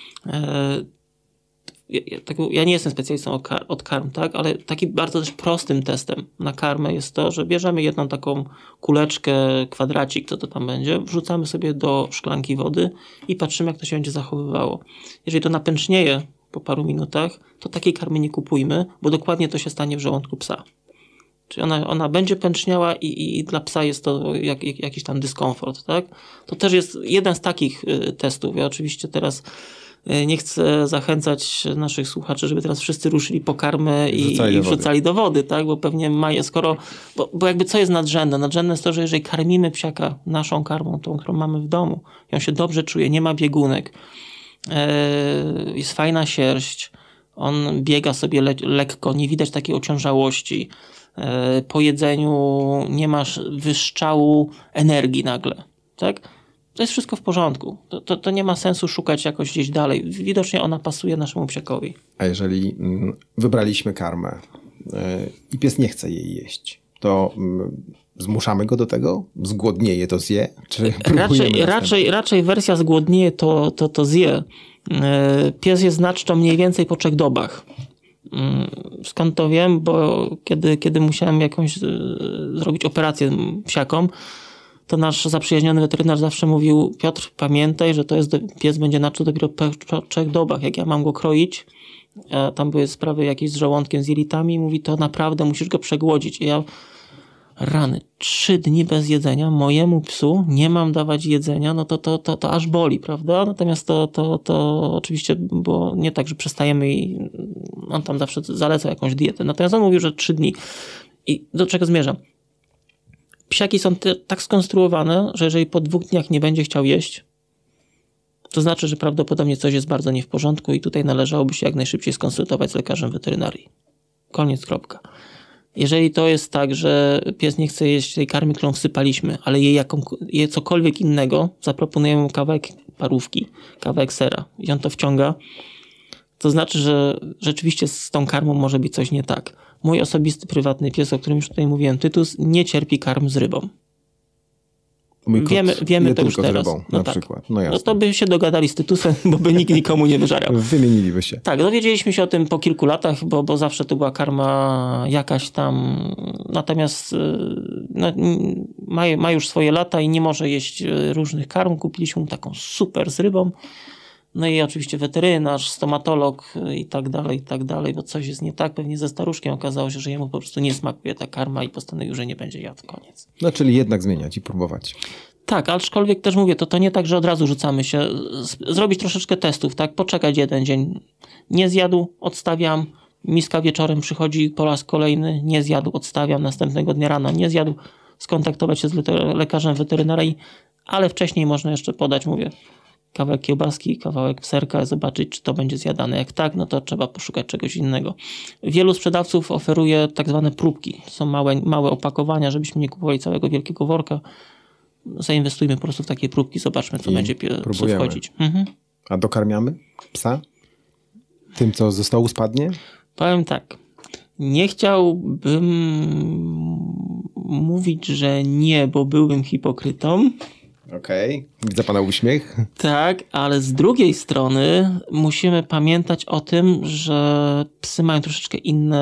Ja nie jestem specjalistą od karm, tak? Ale taki bardzo też prostym testem na karmę jest to, że bierzemy jedną taką kuleczkę, kwadracik, co to tam będzie, wrzucamy sobie do szklanki wody i patrzymy, jak to się będzie zachowywało. Jeżeli to napęcznieje po paru minutach, to takiej karmy nie kupujmy, bo dokładnie to się stanie w żołądku psa. Czyli ona będzie pęczniała i dla psa jest to jakiś tam dyskomfort, tak? To też jest jeden z takich testów. Ja oczywiście teraz nie chcę zachęcać naszych słuchaczy, żeby teraz wszyscy ruszyli po karmę i wrzucali do wody, tak? Bo pewnie bo jakby co jest nadrzędne? Nadrzędne jest to, że jeżeli karmimy psiaka naszą karmą, tą, którą mamy w domu, i on się dobrze czuje, nie ma biegunek, jest fajna sierść, on biega sobie lekko, nie widać takiej ociążałości, po jedzeniu nie masz wyszczału energii nagle, tak? To jest wszystko w porządku. To nie ma sensu szukać jakoś gdzieś dalej. Widocznie ona pasuje naszemu psiakowi. A jeżeli wybraliśmy karmę i pies nie chce jej jeść, to zmuszamy go do tego? Zgłodnieje, to zje? Czy raczej wersja zgłodnieje, to zje. Pies jest znaczczo mniej więcej po 3 dobach. Skąd to wiem? Bo kiedy musiałem jakąś zrobić operację psiakom, to nasz zaprzyjaźniony weterynarz zawsze mówił: Piotr, pamiętaj, że pies będzie naczczo dopiero po 3 dobach. Jak ja mam go kroić, a tam były sprawy jakieś z żołądkiem, z jelitami, mówi, to naprawdę musisz go przegłodzić. I ja, rany, 3 dni bez jedzenia, mojemu psu nie mam dawać jedzenia, no to aż boli, prawda? Natomiast to oczywiście było nie tak, że przestajemy i on tam zawsze zaleca jakąś dietę. Natomiast on mówił, że 3 dni. I do czego zmierzam? Psiaki są tak skonstruowane, że jeżeli po 2 dniach nie będzie chciał jeść, to znaczy, że prawdopodobnie coś jest bardzo nie w porządku i tutaj należałoby się jak najszybciej skonsultować z lekarzem weterynarii. Koniec, kropka. Jeżeli to jest tak, że pies nie chce jeść tej karmy, którą wsypaliśmy, ale je cokolwiek innego, zaproponujemy mu kawałek parówki, kawałek sera i on to wciąga, to znaczy, że rzeczywiście z tą karmą może być coś nie tak. Mój osobisty, prywatny pies, o którym już tutaj mówiłem, Tytus, nie cierpi karm z rybą. Wiemy to już teraz. Rybą, na przykład. No jasne. No to by się dogadali z Tytusem, bo by nikt nikomu nie wyżarał. Wymieniliby się. Tak, dowiedzieliśmy się o tym po kilku latach, bo zawsze to była karma jakaś tam. Natomiast ma już swoje lata i nie może jeść różnych karm. Kupiliśmy mu taką super z rybą. No i oczywiście weterynarz, stomatolog i tak dalej, bo coś jest nie tak. Pewnie ze staruszkiem okazało się, że jemu po prostu nie smakuje ta karma i postanowił, że nie będzie jadł. Koniec. No czyli jednak zmieniać i próbować. Tak, aczkolwiek też mówię, to nie tak, że od razu rzucamy się. Zrobić troszeczkę testów, tak? Poczekać 1 dzień. Nie zjadł, odstawiam. Miska wieczorem przychodzi po raz kolejny. Nie zjadł, odstawiam. Następnego dnia rano nie zjadł. Skontaktować się z lekarzem weterynarii, ale wcześniej można jeszcze podać, mówię, kawałek kiełbaski, kawałek serka, zobaczyć, czy to będzie zjadane. Jak tak, no to trzeba poszukać czegoś innego. Wielu sprzedawców oferuje tak zwane próbki. To są małe opakowania, żebyśmy nie kupowali całego wielkiego worka. Zainwestujmy po prostu w takie próbki, zobaczmy, co będzie psu wchodzić. Mhm. A dokarmiamy psa? Tym, co ze stołu spadnie? Powiem tak. Nie chciałbym mówić, że nie, bo byłbym hipokrytą. Okej. Widzę pana uśmiech. Tak, ale z drugiej strony musimy pamiętać o tym, że psy mają troszeczkę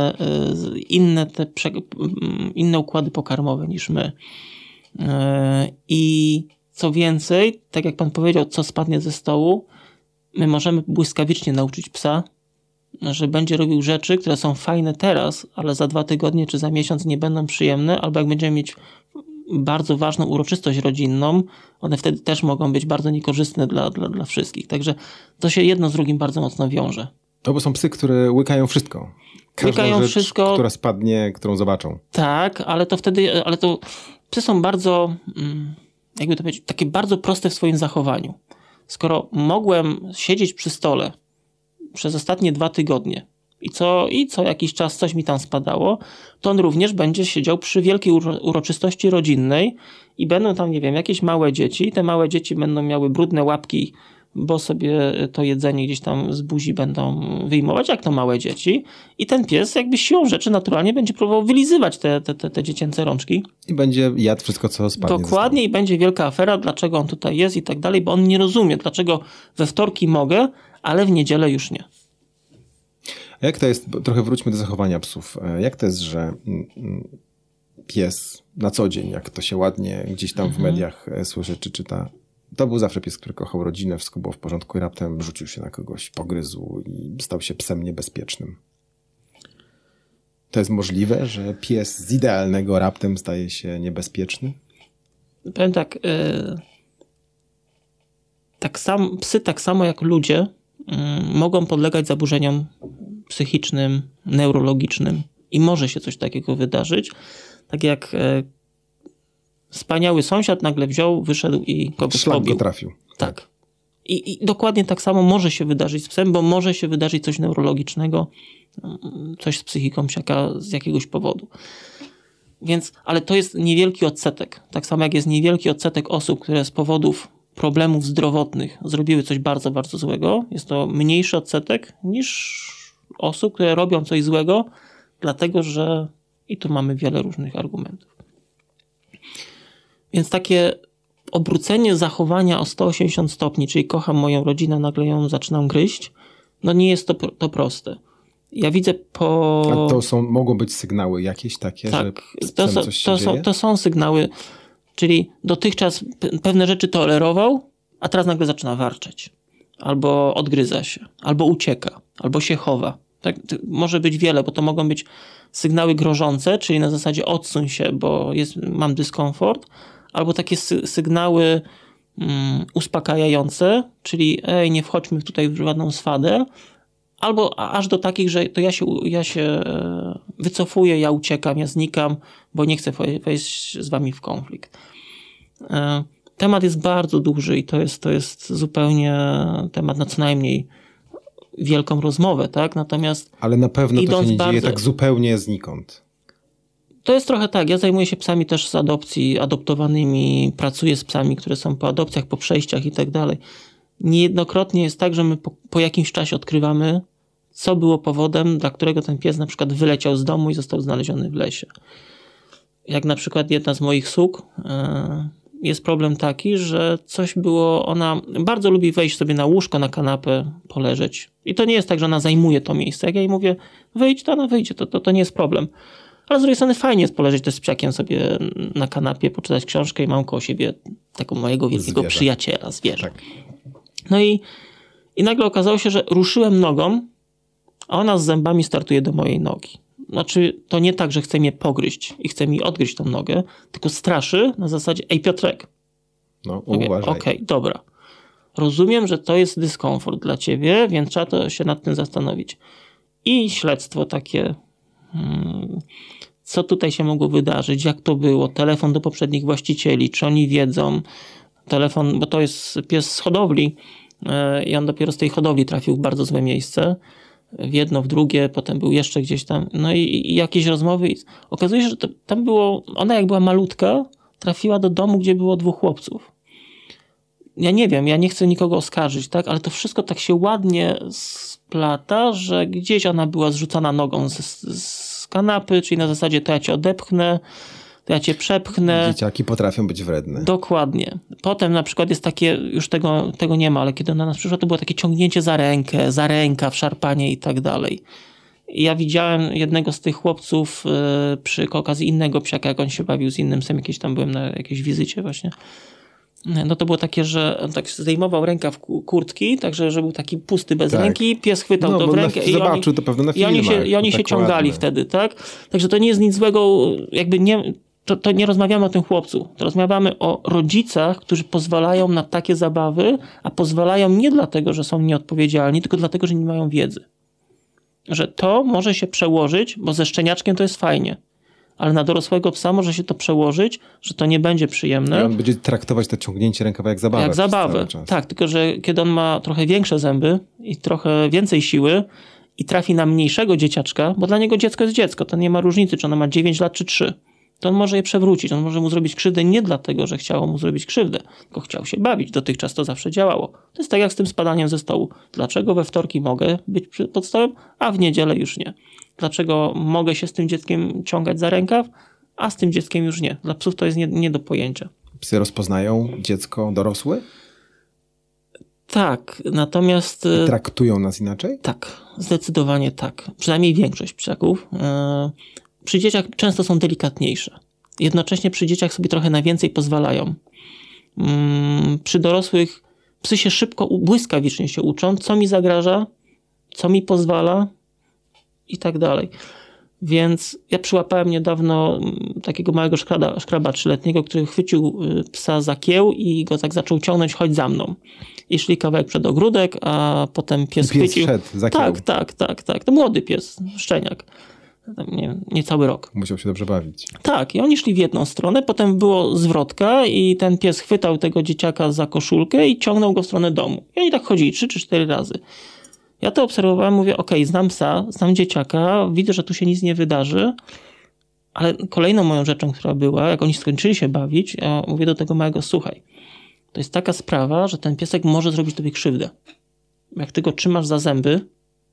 inne układy pokarmowe niż my. I co więcej, tak jak pan powiedział, co spadnie ze stołu, my możemy błyskawicznie nauczyć psa, że będzie robił rzeczy, które są fajne teraz, ale za 2 tygodnie czy za miesiąc nie będą przyjemne, albo jak będziemy mieć bardzo ważną uroczystość rodzinną, one wtedy też mogą być bardzo niekorzystne dla wszystkich. Także to się jedno z drugim bardzo mocno wiąże. To bo są psy, które łykają wszystko. Każdą rzecz, wszystko, która spadnie, którą zobaczą. Tak, ale to wtedy, psy są bardzo, jakby to powiedzieć, takie bardzo proste w swoim zachowaniu. Skoro mogłem siedzieć przy stole przez ostatnie 2 tygodnie i co jakiś czas coś mi tam spadało, to on również będzie siedział przy wielkiej uroczystości rodzinnej i będą tam, nie wiem, jakieś małe dzieci. Te małe dzieci będą miały brudne łapki, bo sobie to jedzenie gdzieś tam z buzi będą wyjmować, jak to małe dzieci. I ten pies jakby siłą rzeczy naturalnie będzie próbował wylizywać te dziecięce rączki. I będzie jadł wszystko, co spadnie. Dokładnie, i będzie wielka afera, dlaczego on tutaj jest i tak dalej, bo on nie rozumie, dlaczego we wtorki mogę, ale w niedzielę już nie. A jak to jest, trochę wróćmy do zachowania psów. Jak to jest, że pies na co dzień, jak to się ładnie gdzieś tam w mediach słyszy czy czyta, to był zawsze pies, który kochał rodzinę, wszystko było w porządku i raptem rzucił się na kogoś, pogryzł i stał się psem niebezpiecznym. To jest możliwe, że pies z idealnego raptem staje się niebezpieczny? Powiem tak, psy tak samo jak ludzie mogą podlegać zaburzeniom psychicznym, neurologicznym i może się coś takiego wydarzyć. Tak jak wspaniały sąsiad nagle wziął, wyszedł i kogoś Szlak pobił. go trafił. Tak. I dokładnie tak samo może się wydarzyć z psem, bo może się wydarzyć coś neurologicznego, coś z psychiką psiaka z jakiegoś powodu. Więc, ale to jest niewielki odsetek. Tak samo jak jest niewielki odsetek osób, które z powodów problemów zdrowotnych zrobiły coś bardzo, bardzo złego. Jest to mniejszy odsetek niż osób, które robią coś złego, dlatego że i tu mamy wiele różnych argumentów. Więc takie obrócenie zachowania o 180 stopni, czyli kocham moją rodzinę, nagle ją zaczynam gryźć, no nie jest to proste. Ja widzę A to mogą być sygnały jakieś takie, tak, że z psem coś się dzieje? To są sygnały, czyli dotychczas pewne rzeczy tolerował, a teraz nagle zaczyna warczeć. Albo odgryza się, albo ucieka, albo się chowa. Tak, może być wiele, bo to mogą być sygnały grożące, czyli na zasadzie odsuń się, bo mam dyskomfort, albo takie sygnały uspokajające, czyli nie wchodźmy tutaj w żadną swadę, albo aż do takich, że to ja się wycofuję, ja uciekam, ja znikam, bo nie chcę wejść z wami w konflikt. Temat jest bardzo duży i to jest zupełnie temat na co najmniej wielką rozmowę, tak? Natomiast ale na pewno to się nie dzieje tak zupełnie znikąd. To jest trochę tak. Ja zajmuję się psami też z adopcji, adoptowanymi, pracuję z psami, które są po adopcjach, po przejściach i tak dalej. Niejednokrotnie jest tak, że my po jakimś czasie odkrywamy, co było powodem, dla którego ten pies na przykład wyleciał z domu i został znaleziony w lesie. Jak na przykład jedna z moich suk, jest problem taki, że coś było, ona bardzo lubi wejść sobie na łóżko, na kanapę, poleżeć. I to nie jest tak, że ona zajmuje to miejsce. Jak ja jej mówię, wyjdź, to ona wyjdzie, to nie jest problem. Ale z drugiej strony fajnie jest poleżeć też z psiakiem sobie na kanapie, poczytać książkę i mam koło siebie taką mojego wielkiego przyjaciela, zwierzę. Tak. No i nagle okazało się, że ruszyłem nogą, a ona z zębami startuje do mojej nogi. Znaczy, to nie tak, że chce mnie pogryźć i chce mi odgryźć tą nogę, tylko straszy na zasadzie, ej Piotrek. No, uważaj. Okej, dobra. Rozumiem, że to jest dyskomfort dla ciebie, więc trzeba to się nad tym zastanowić. I śledztwo takie, co tutaj się mogło wydarzyć, jak to było, telefon do poprzednich właścicieli, czy oni wiedzą, telefon, bo to jest pies z hodowli i on dopiero z tej hodowli trafił w bardzo złe miejsce. W jedno, w drugie, potem był jeszcze gdzieś tam. No i jakieś rozmowy. I okazuje się, że tam było, ona jak była malutka, trafiła do domu, gdzie było 2 chłopców. Ja nie wiem, ja nie chcę nikogo oskarżyć, tak, ale to wszystko tak się ładnie splata, że gdzieś ona była zrzucana nogą z kanapy, czyli na zasadzie to ja cię odepchnę, to ja cię przepchnę. Dzieciaki potrafią być wredne. Dokładnie. Potem na przykład jest takie, już tego nie ma, ale kiedy ona nas przyszła, to było takie ciągnięcie za rękaw, szarpanie i tak dalej. I ja widziałem jednego z tych chłopców przy okazji innego psiaka, jak on się bawił z innym psem, jakieś tam byłem na jakiejś wizycie właśnie. No to było takie, że on tak zdejmował rękaw kurtki, także że był taki pusty bez ręki, pies chwytał to w rękę zobaczył to pewno na filmach. I oni się ciągali ładne. Wtedy, tak? Także to nie jest nic złego, jakby nie... To nie rozmawiamy o tym chłopcu. To rozmawiamy o rodzicach, którzy pozwalają na takie zabawy, a pozwalają nie dlatego, że są nieodpowiedzialni, tylko dlatego, że nie mają wiedzy. że to może się przełożyć, bo ze szczeniaczkiem to jest fajnie, ale na dorosłego psa może się to przełożyć, że to nie będzie przyjemne. I on będzie traktować to ciągnięcie rękawa jak zabawę. Jak zabawę, tak, tylko że kiedy on ma trochę większe zęby i trochę więcej siły i trafi na mniejszego dzieciaczka, bo dla niego dziecko jest dziecko, to nie ma różnicy, czy ono ma 9 lat, czy 3. To on może je przewrócić, on może mu zrobić krzywdę nie dlatego, że chciało mu zrobić krzywdę, tylko chciał się bawić. Dotychczas to zawsze działało. To jest tak jak z tym spadaniem ze stołu. Dlaczego we wtorki mogę być pod stołem, a w niedzielę już nie? Dlaczego mogę się z tym dzieckiem ciągać za rękaw, a z tym dzieckiem już nie? Dla psów to jest nie do pojęcia. Psy rozpoznają dziecko dorosłe? Tak, natomiast... I traktują nas inaczej? Tak, zdecydowanie tak. Przynajmniej większość psiaków. Przy dzieciach często są delikatniejsze. Jednocześnie przy dzieciach sobie trochę na więcej pozwalają. Przy dorosłych psy się szybko, błyskawicznie się uczą, co mi zagraża, co mi pozwala i tak dalej. Więc ja przyłapałem niedawno takiego małego szkraba 3-letniego, który chwycił psa za kieł i go tak zaczął ciągnąć, chodź za mną. I szli kawałek przed ogródek, a potem pies chwycił. Szedł za kieł. Tak. To młody pies, szczeniak. Nie cały rok. Musiał się dobrze bawić. Tak, i oni szli w jedną stronę, potem było zwrotka i ten pies chwytał tego dzieciaka za koszulkę i ciągnął go w stronę domu. I oni tak chodzili 3 czy 4 razy. Ja to obserwowałem, mówię, okej, znam psa, znam dzieciaka, widzę, że tu się nic nie wydarzy, ale kolejną moją rzeczą, która była, jak oni skończyli się bawić, ja mówię do tego małego, słuchaj, to jest taka sprawa, że ten piesek może zrobić tobie krzywdę. Jak ty go trzymasz za zęby,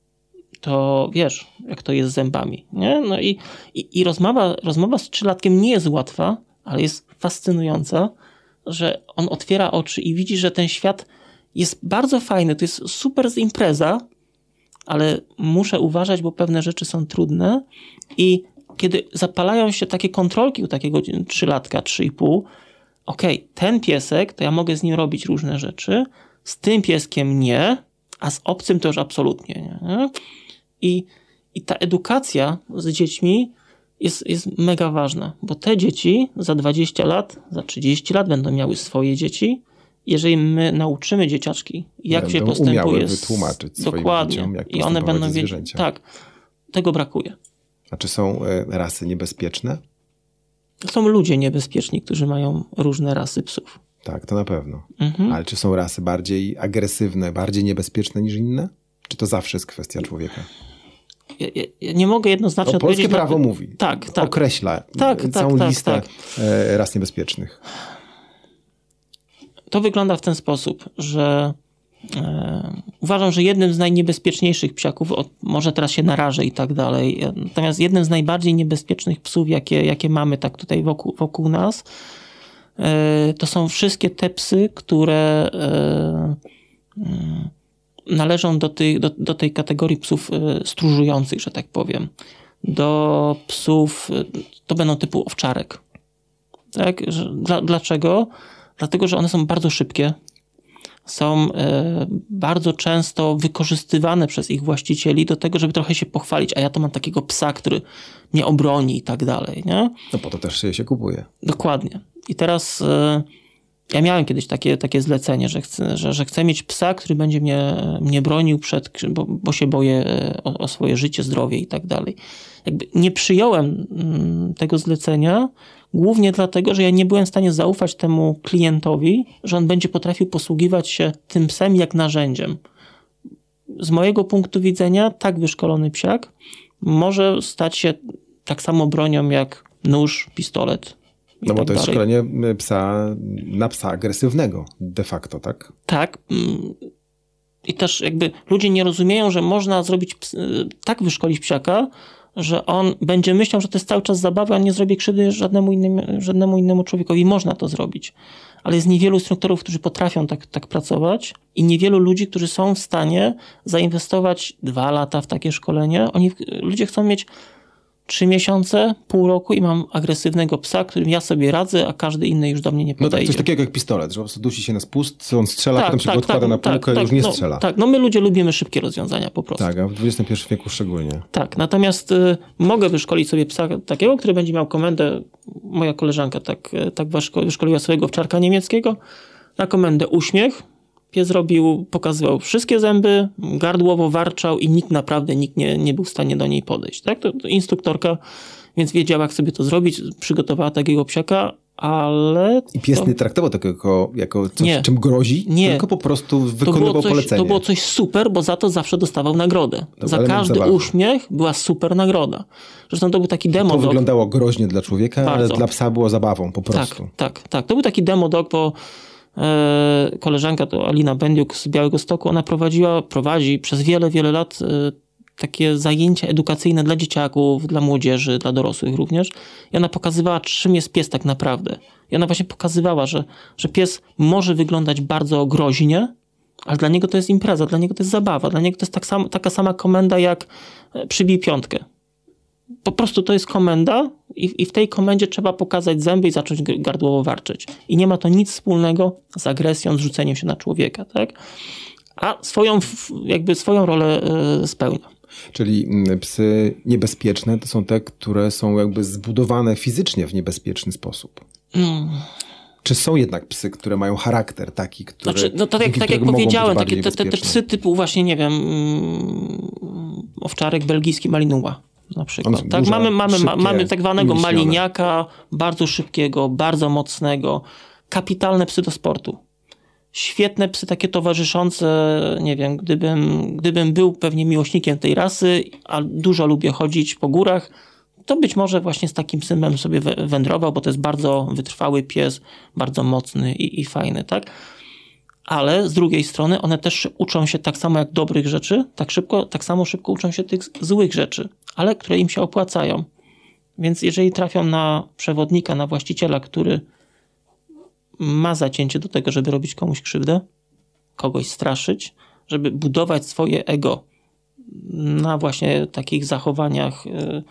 to wiesz, jak to jest z zębami, nie? No i rozmowa z 3-latkiem nie jest łatwa, ale jest fascynująca, że on otwiera oczy i widzi, że ten świat jest bardzo fajny, to jest super impreza, ale muszę uważać, bo pewne rzeczy są trudne i kiedy zapalają się takie kontrolki u takiego 3-latka, 3,5, okej, ten piesek, to ja mogę z nim robić różne rzeczy, z tym pieskiem nie, a z obcym to już absolutnie nie. I ta edukacja z dziećmi jest mega ważna, bo te dzieci za 20 lat, za 30 lat będą miały swoje dzieci. Jeżeli my nauczymy dzieciaczki, jak się postępuje, umiały wytłumaczyć swoim dzieciom, jak i one będą wiedzieć. Tak, tego brakuje. A czy są rasy niebezpieczne? Są ludzie niebezpieczni, którzy mają różne rasy psów. Tak, to na pewno. Ale czy są rasy bardziej agresywne, bardziej niebezpieczne niż inne? Czy to zawsze jest kwestia człowieka? Ja nie mogę jednoznacznie odpowiedzieć. Polskie prawo mówi. Tak. Określa całą listę ras niebezpiecznych. To wygląda w ten sposób, że uważam, że jednym z najniebezpieczniejszych psiaków, może teraz się narażę i tak dalej, natomiast jednym z najbardziej niebezpiecznych psów, jakie mamy tak tutaj wokół nas, to są wszystkie te psy, które należą do tej kategorii psów stróżujących, że tak powiem. Do psów, to będą typu owczarek. Tak? Dlaczego? Dlatego, że one są bardzo szybkie, są bardzo często wykorzystywane przez ich właścicieli do tego, żeby trochę się pochwalić, a ja to mam takiego psa, który mnie obroni i tak dalej. Nie? No po to też się kupuje. Dokładnie. I teraz ja miałem kiedyś takie zlecenie, że chcę mieć psa, który będzie mnie bronił bo się boję o swoje życie, zdrowie i tak dalej. Jakby nie przyjąłem tego zlecenia, głównie dlatego, że ja nie byłem w stanie zaufać temu klientowi, że on będzie potrafił posługiwać się tym psem jak narzędziem. Z mojego punktu widzenia tak wyszkolony psiak może stać się tak samo bronią jak nóż, pistolet. No bo to jest szkolenie psa na psa agresywnego de facto, tak? Tak. I też jakby ludzie nie rozumieją, że można zrobić tak wyszkolić psiaka, że on będzie myślał, że to jest cały czas zabawa, a nie zrobi krzywdy żadnemu innemu człowiekowi. Można to zrobić. Ale jest niewielu instruktorów, którzy potrafią tak pracować i niewielu ludzi, którzy są w stanie zainwestować 2 lata w takie szkolenie. Ludzie chcą mieć 3 miesiące, pół roku i mam agresywnego psa, którym ja sobie radzę, a każdy inny już do mnie nie podejdzie. No tak, coś takiego jak pistolet, że po prostu dusi się na spust, on strzela, potem się go odkłada na półkę i już nie strzela. Tak, my ludzie lubimy szybkie rozwiązania po prostu. Tak, a w XXI wieku szczególnie. Tak, natomiast mogę wyszkolić sobie psa takiego, który będzie miał komendę, moja koleżanka tak wyszkoliła swojego owczarka niemieckiego, na komendę uśmiech, Pies pokazywał wszystkie zęby, gardłowo warczał i nikt nie był w stanie do niej podejść. Tak? To instruktorka, więc wiedziała, jak sobie to zrobić, przygotowała takiego psiaka, ale... I pies nie traktował tego jako coś, czym grozi, tylko po prostu wykonywał polecenie. To było coś super, bo za to zawsze dostawał nagrodę. Za każdy uśmiech była super nagroda. Zresztą to był taki demodog. To wyglądało groźnie dla człowieka, ale dla psa było zabawą po prostu. Tak. To był taki demodog, bo koleżanka to Alina Bendiuk z Białegostoku, ona prowadzi przez wiele, wiele lat takie zajęcia edukacyjne dla dzieciaków, dla młodzieży, dla dorosłych również. I ona pokazywała, czym jest pies tak naprawdę. I ona właśnie pokazywała, że pies może wyglądać bardzo groźnie, ale dla niego to jest impreza, dla niego to jest zabawa, dla niego to jest taka sama komenda jak przybij piątkę. Po prostu to jest komenda i w tej komendzie trzeba pokazać zęby i zacząć gardłowo warczeć. I nie ma to nic wspólnego z agresją, z rzuceniem się na człowieka, tak? A swoją rolę spełnia. Czyli psy niebezpieczne to są te, które są jakby zbudowane fizycznie w niebezpieczny sposób. Czy są jednak psy, które mają charakter taki, który... tak jak powiedziałem, te psy typu właśnie, nie wiem, owczarek belgijski Malinois na przykład. Tak? Mamy tak zwanego maliniaka, bardzo szybkiego, bardzo mocnego, kapitalne psy do sportu. Świetne psy, takie towarzyszące, nie wiem, gdybym był pewnie miłośnikiem tej rasy, a dużo lubię chodzić po górach, to być może właśnie z takim psem bym sobie wędrował, bo to jest bardzo wytrwały pies, bardzo mocny i fajny, tak? Ale z drugiej strony one też uczą się tak samo jak dobrych rzeczy, tak samo szybko uczą się tych złych rzeczy, ale które im się opłacają. Więc jeżeli trafią na przewodnika, na właściciela, który ma zacięcie do tego, żeby robić komuś krzywdę, kogoś straszyć, żeby budować swoje ego na właśnie takich zachowaniach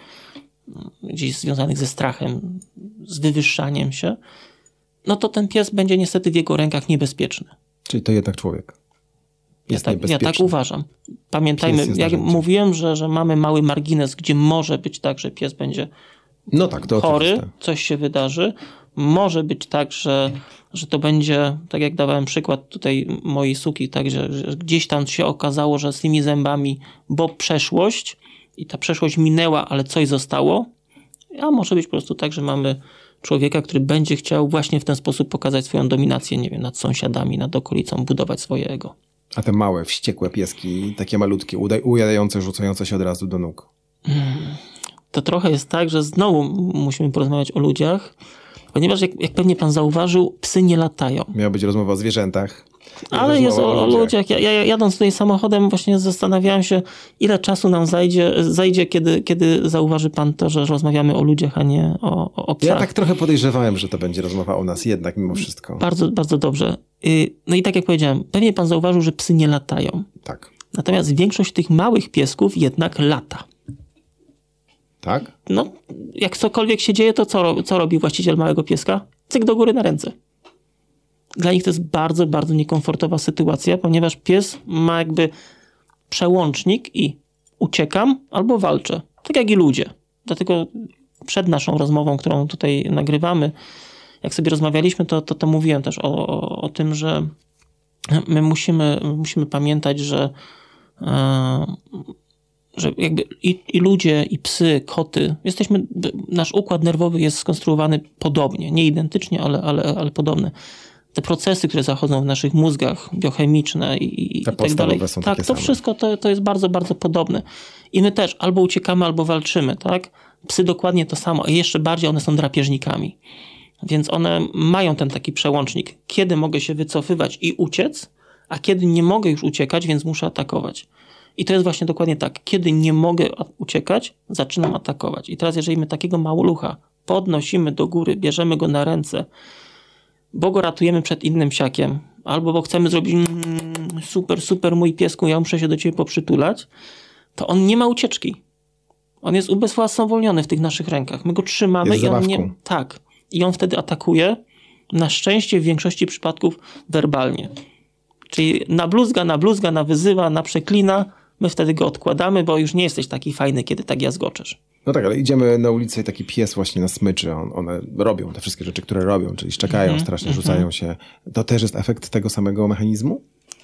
gdzieś związanych ze strachem, z wywyższaniem się, no to ten pies będzie niestety w jego rękach niebezpieczny. Czyli to jednak człowiek jest niebezpieczny. Ja tak uważam. Pamiętajmy, jak mówiłem, że mamy mały margines, gdzie może być tak, że pies będzie chory, oczywiste. Coś się wydarzy. Może być tak, że to będzie, tak jak dawałem przykład tutaj mojej suki, tak, że gdzieś tam się okazało, że z tymi zębami, bo przeszłość i ta przeszłość minęła, ale coś zostało, a może być po prostu tak, że mamy człowieka, który będzie chciał właśnie w ten sposób pokazać swoją dominację, nie wiem, nad sąsiadami, nad okolicą, budować swoje ego. A te małe, wściekłe pieski, takie malutkie, ujadające, rzucające się od razu do nóg? To trochę jest tak, że znowu musimy porozmawiać o ludziach, ponieważ jak pewnie pan zauważył, psy nie latają. Miała być rozmowa o zwierzętach. Ale jest o ludziach. Ja jadąc tutaj samochodem właśnie zastanawiałem się, ile czasu nam zajdzie, kiedy zauważy pan to, że rozmawiamy o ludziach, a nie o psach. Ja tak trochę podejrzewałem, że to będzie rozmowa o nas jednak mimo wszystko. Bardzo, bardzo dobrze. No i tak jak powiedziałem, pewnie pan zauważył, że psy nie latają. Tak. Natomiast większość tych małych piesków jednak lata. Tak? No, jak cokolwiek się dzieje, to co robi właściciel małego pieska? Cyk do góry na ręce. Dla nich to jest bardzo, bardzo niekomfortowa sytuacja, ponieważ pies ma jakby przełącznik i uciekam albo walczę. Tak jak i ludzie. Dlatego przed naszą rozmową, którą tutaj nagrywamy, jak sobie rozmawialiśmy, to mówiłem też o tym, że my musimy pamiętać, że jakby i ludzie, i psy, koty, nasz układ nerwowy jest skonstruowany podobnie, nie identycznie, ale podobne. Te procesy, które zachodzą w naszych mózgach, biochemiczne i tak dalej. Są tak, takie to same. Wszystko to jest bardzo, bardzo podobne. I my też albo uciekamy, albo walczymy, tak? Psy dokładnie to samo, a jeszcze bardziej one są drapieżnikami. Więc one mają ten taki przełącznik, kiedy mogę się wycofywać i uciec, a kiedy nie mogę już uciekać, więc muszę atakować. I to jest właśnie dokładnie tak. Kiedy nie mogę uciekać, zaczynam atakować. I teraz jeżeli my takiego malucha podnosimy do góry, bierzemy go na ręce, bo go ratujemy przed innym psiakiem, albo bo chcemy zrobić super, super mój piesku, ja muszę się do ciebie poprzytulać, to on nie ma ucieczki. On jest ubezwłasnowolniony w tych naszych rękach. My go trzymamy jest i on zabawką. Tak. I on wtedy atakuje, na szczęście w większości przypadków werbalnie. Czyli nabluzga, nawyzywa, naprzeklina, my wtedy go odkładamy, bo już nie jesteś taki fajny, kiedy tak jazgoczesz. No tak, ale idziemy na ulicę i taki pies właśnie na smyczy, one robią te wszystkie rzeczy, które robią, czyli szczekają strasznie, rzucają się. To też jest efekt tego samego mechanizmu?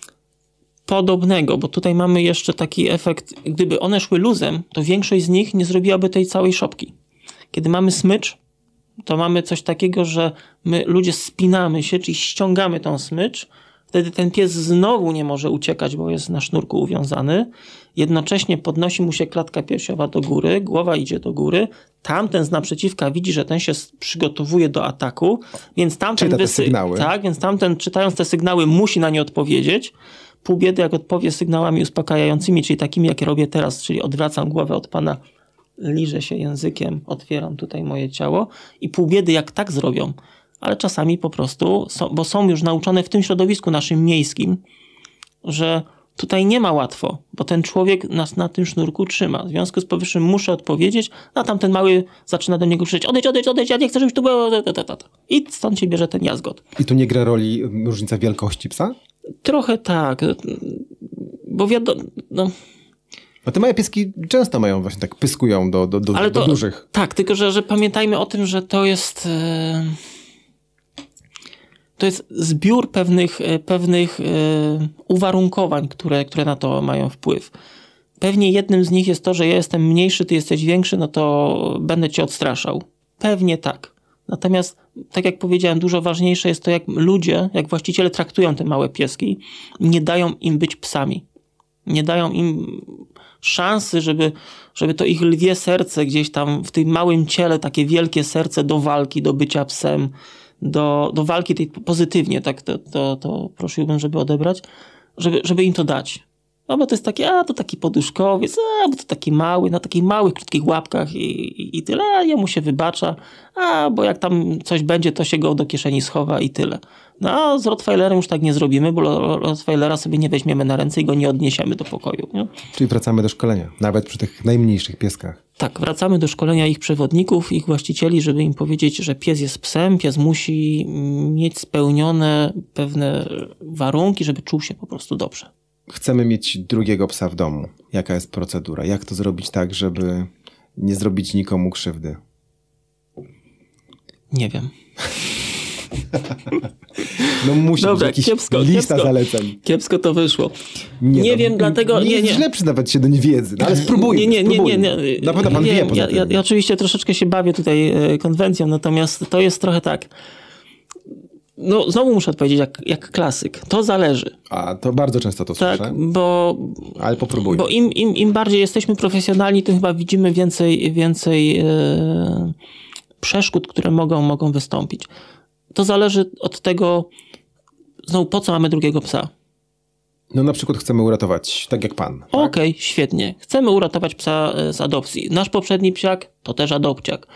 podobnego, bo tutaj mamy jeszcze taki efekt, gdyby one szły luzem, to większość z nich nie zrobiłaby tej całej szopki. Kiedy mamy smycz, to mamy coś takiego, że my ludzie spinamy się, czyli ściągamy tą smycz, wtedy ten pies znowu nie może uciekać, bo jest na sznurku uwiązany. Jednocześnie podnosi mu się klatka piersiowa do góry, głowa idzie do góry, tamten z naprzeciwka widzi, że ten się przygotowuje do ataku, więc tamten czyta te sygnały. Tak, więc tamten czytając te sygnały musi na nie odpowiedzieć. Pół biedy jak odpowie sygnałami uspokajającymi, czyli takimi jak robię teraz, czyli odwracam głowę od pana, liżę się językiem, otwieram tutaj moje ciało i pół biedy jak tak zrobią, ale czasami po prostu, bo są już nauczone w tym środowisku naszym miejskim, że tutaj nie ma łatwo, bo ten człowiek nas na tym sznurku trzyma. W związku z powyższym muszę odpowiedzieć, a tamten mały zaczyna do niego krzyczeć: odejdź, ja nie chcę, żebyś tu był. I stąd się bierze ten jazgot. I tu nie gra roli różnica wielkości psa? Trochę tak, bo wiadomo... A te małe pieski często mają właśnie tak, pyskują do dużych. Tak, tylko że pamiętajmy o tym, że to jest zbiór pewnych uwarunkowań, które na to mają wpływ. Pewnie jednym z nich jest to, że ja jestem mniejszy, ty jesteś większy, no to będę cię odstraszał. Pewnie tak. Natomiast, tak jak powiedziałem, dużo ważniejsze jest to, jak ludzie, jak właściciele traktują te małe pieski, nie dają im być psami. Nie dają im szansy, żeby to ich lwie serce gdzieś tam w tym małym ciele, takie wielkie serce do walki, do bycia psem, do walki tej pozytywnie, tak to prosiłbym, żeby odebrać, żeby im to dać. No bo to jest takie, to taki poduszkowiec, bo to taki mały, na takich małych, krótkich łapkach i tyle, jemu się wybacza, bo jak tam coś będzie, to się go do kieszeni schowa i tyle. No a z Rottweilerem już tak nie zrobimy, bo Rottweilera sobie nie weźmiemy na ręce i go nie odniesiemy do pokoju. Nie? Czyli wracamy do szkolenia, nawet przy tych najmniejszych pieskach. Tak, wracamy do szkolenia ich przewodników, ich właścicieli, żeby im powiedzieć, że pies jest psem, pies musi mieć spełnione pewne warunki, żeby czuł się po prostu dobrze. Chcemy mieć drugiego psa w domu. Jaka jest procedura? Jak to zrobić tak, żeby nie zrobić nikomu krzywdy? Nie wiem. No musi być jakiś lista zaleceń. Kiepsko to wyszło. Nie wiem, dlatego... Nie jest źle przyznawać się do niewiedzy, ale spróbujmy. Nie. Na pewno pan wie. Ja oczywiście troszeczkę się bawię tutaj konwencją, natomiast to jest trochę tak. No, znowu muszę odpowiedzieć jak klasyk. To zależy. A to bardzo często to słyszę. Tak, ale popróbuj. Bo im bardziej jesteśmy profesjonalni, tym chyba widzimy więcej przeszkód, które mogą wystąpić. To zależy od tego, znowu po co mamy drugiego psa. No na przykład chcemy uratować, tak jak pan. Tak? Okej, świetnie. Chcemy uratować psa z adopcji. Nasz poprzedni psiak to też adopciak.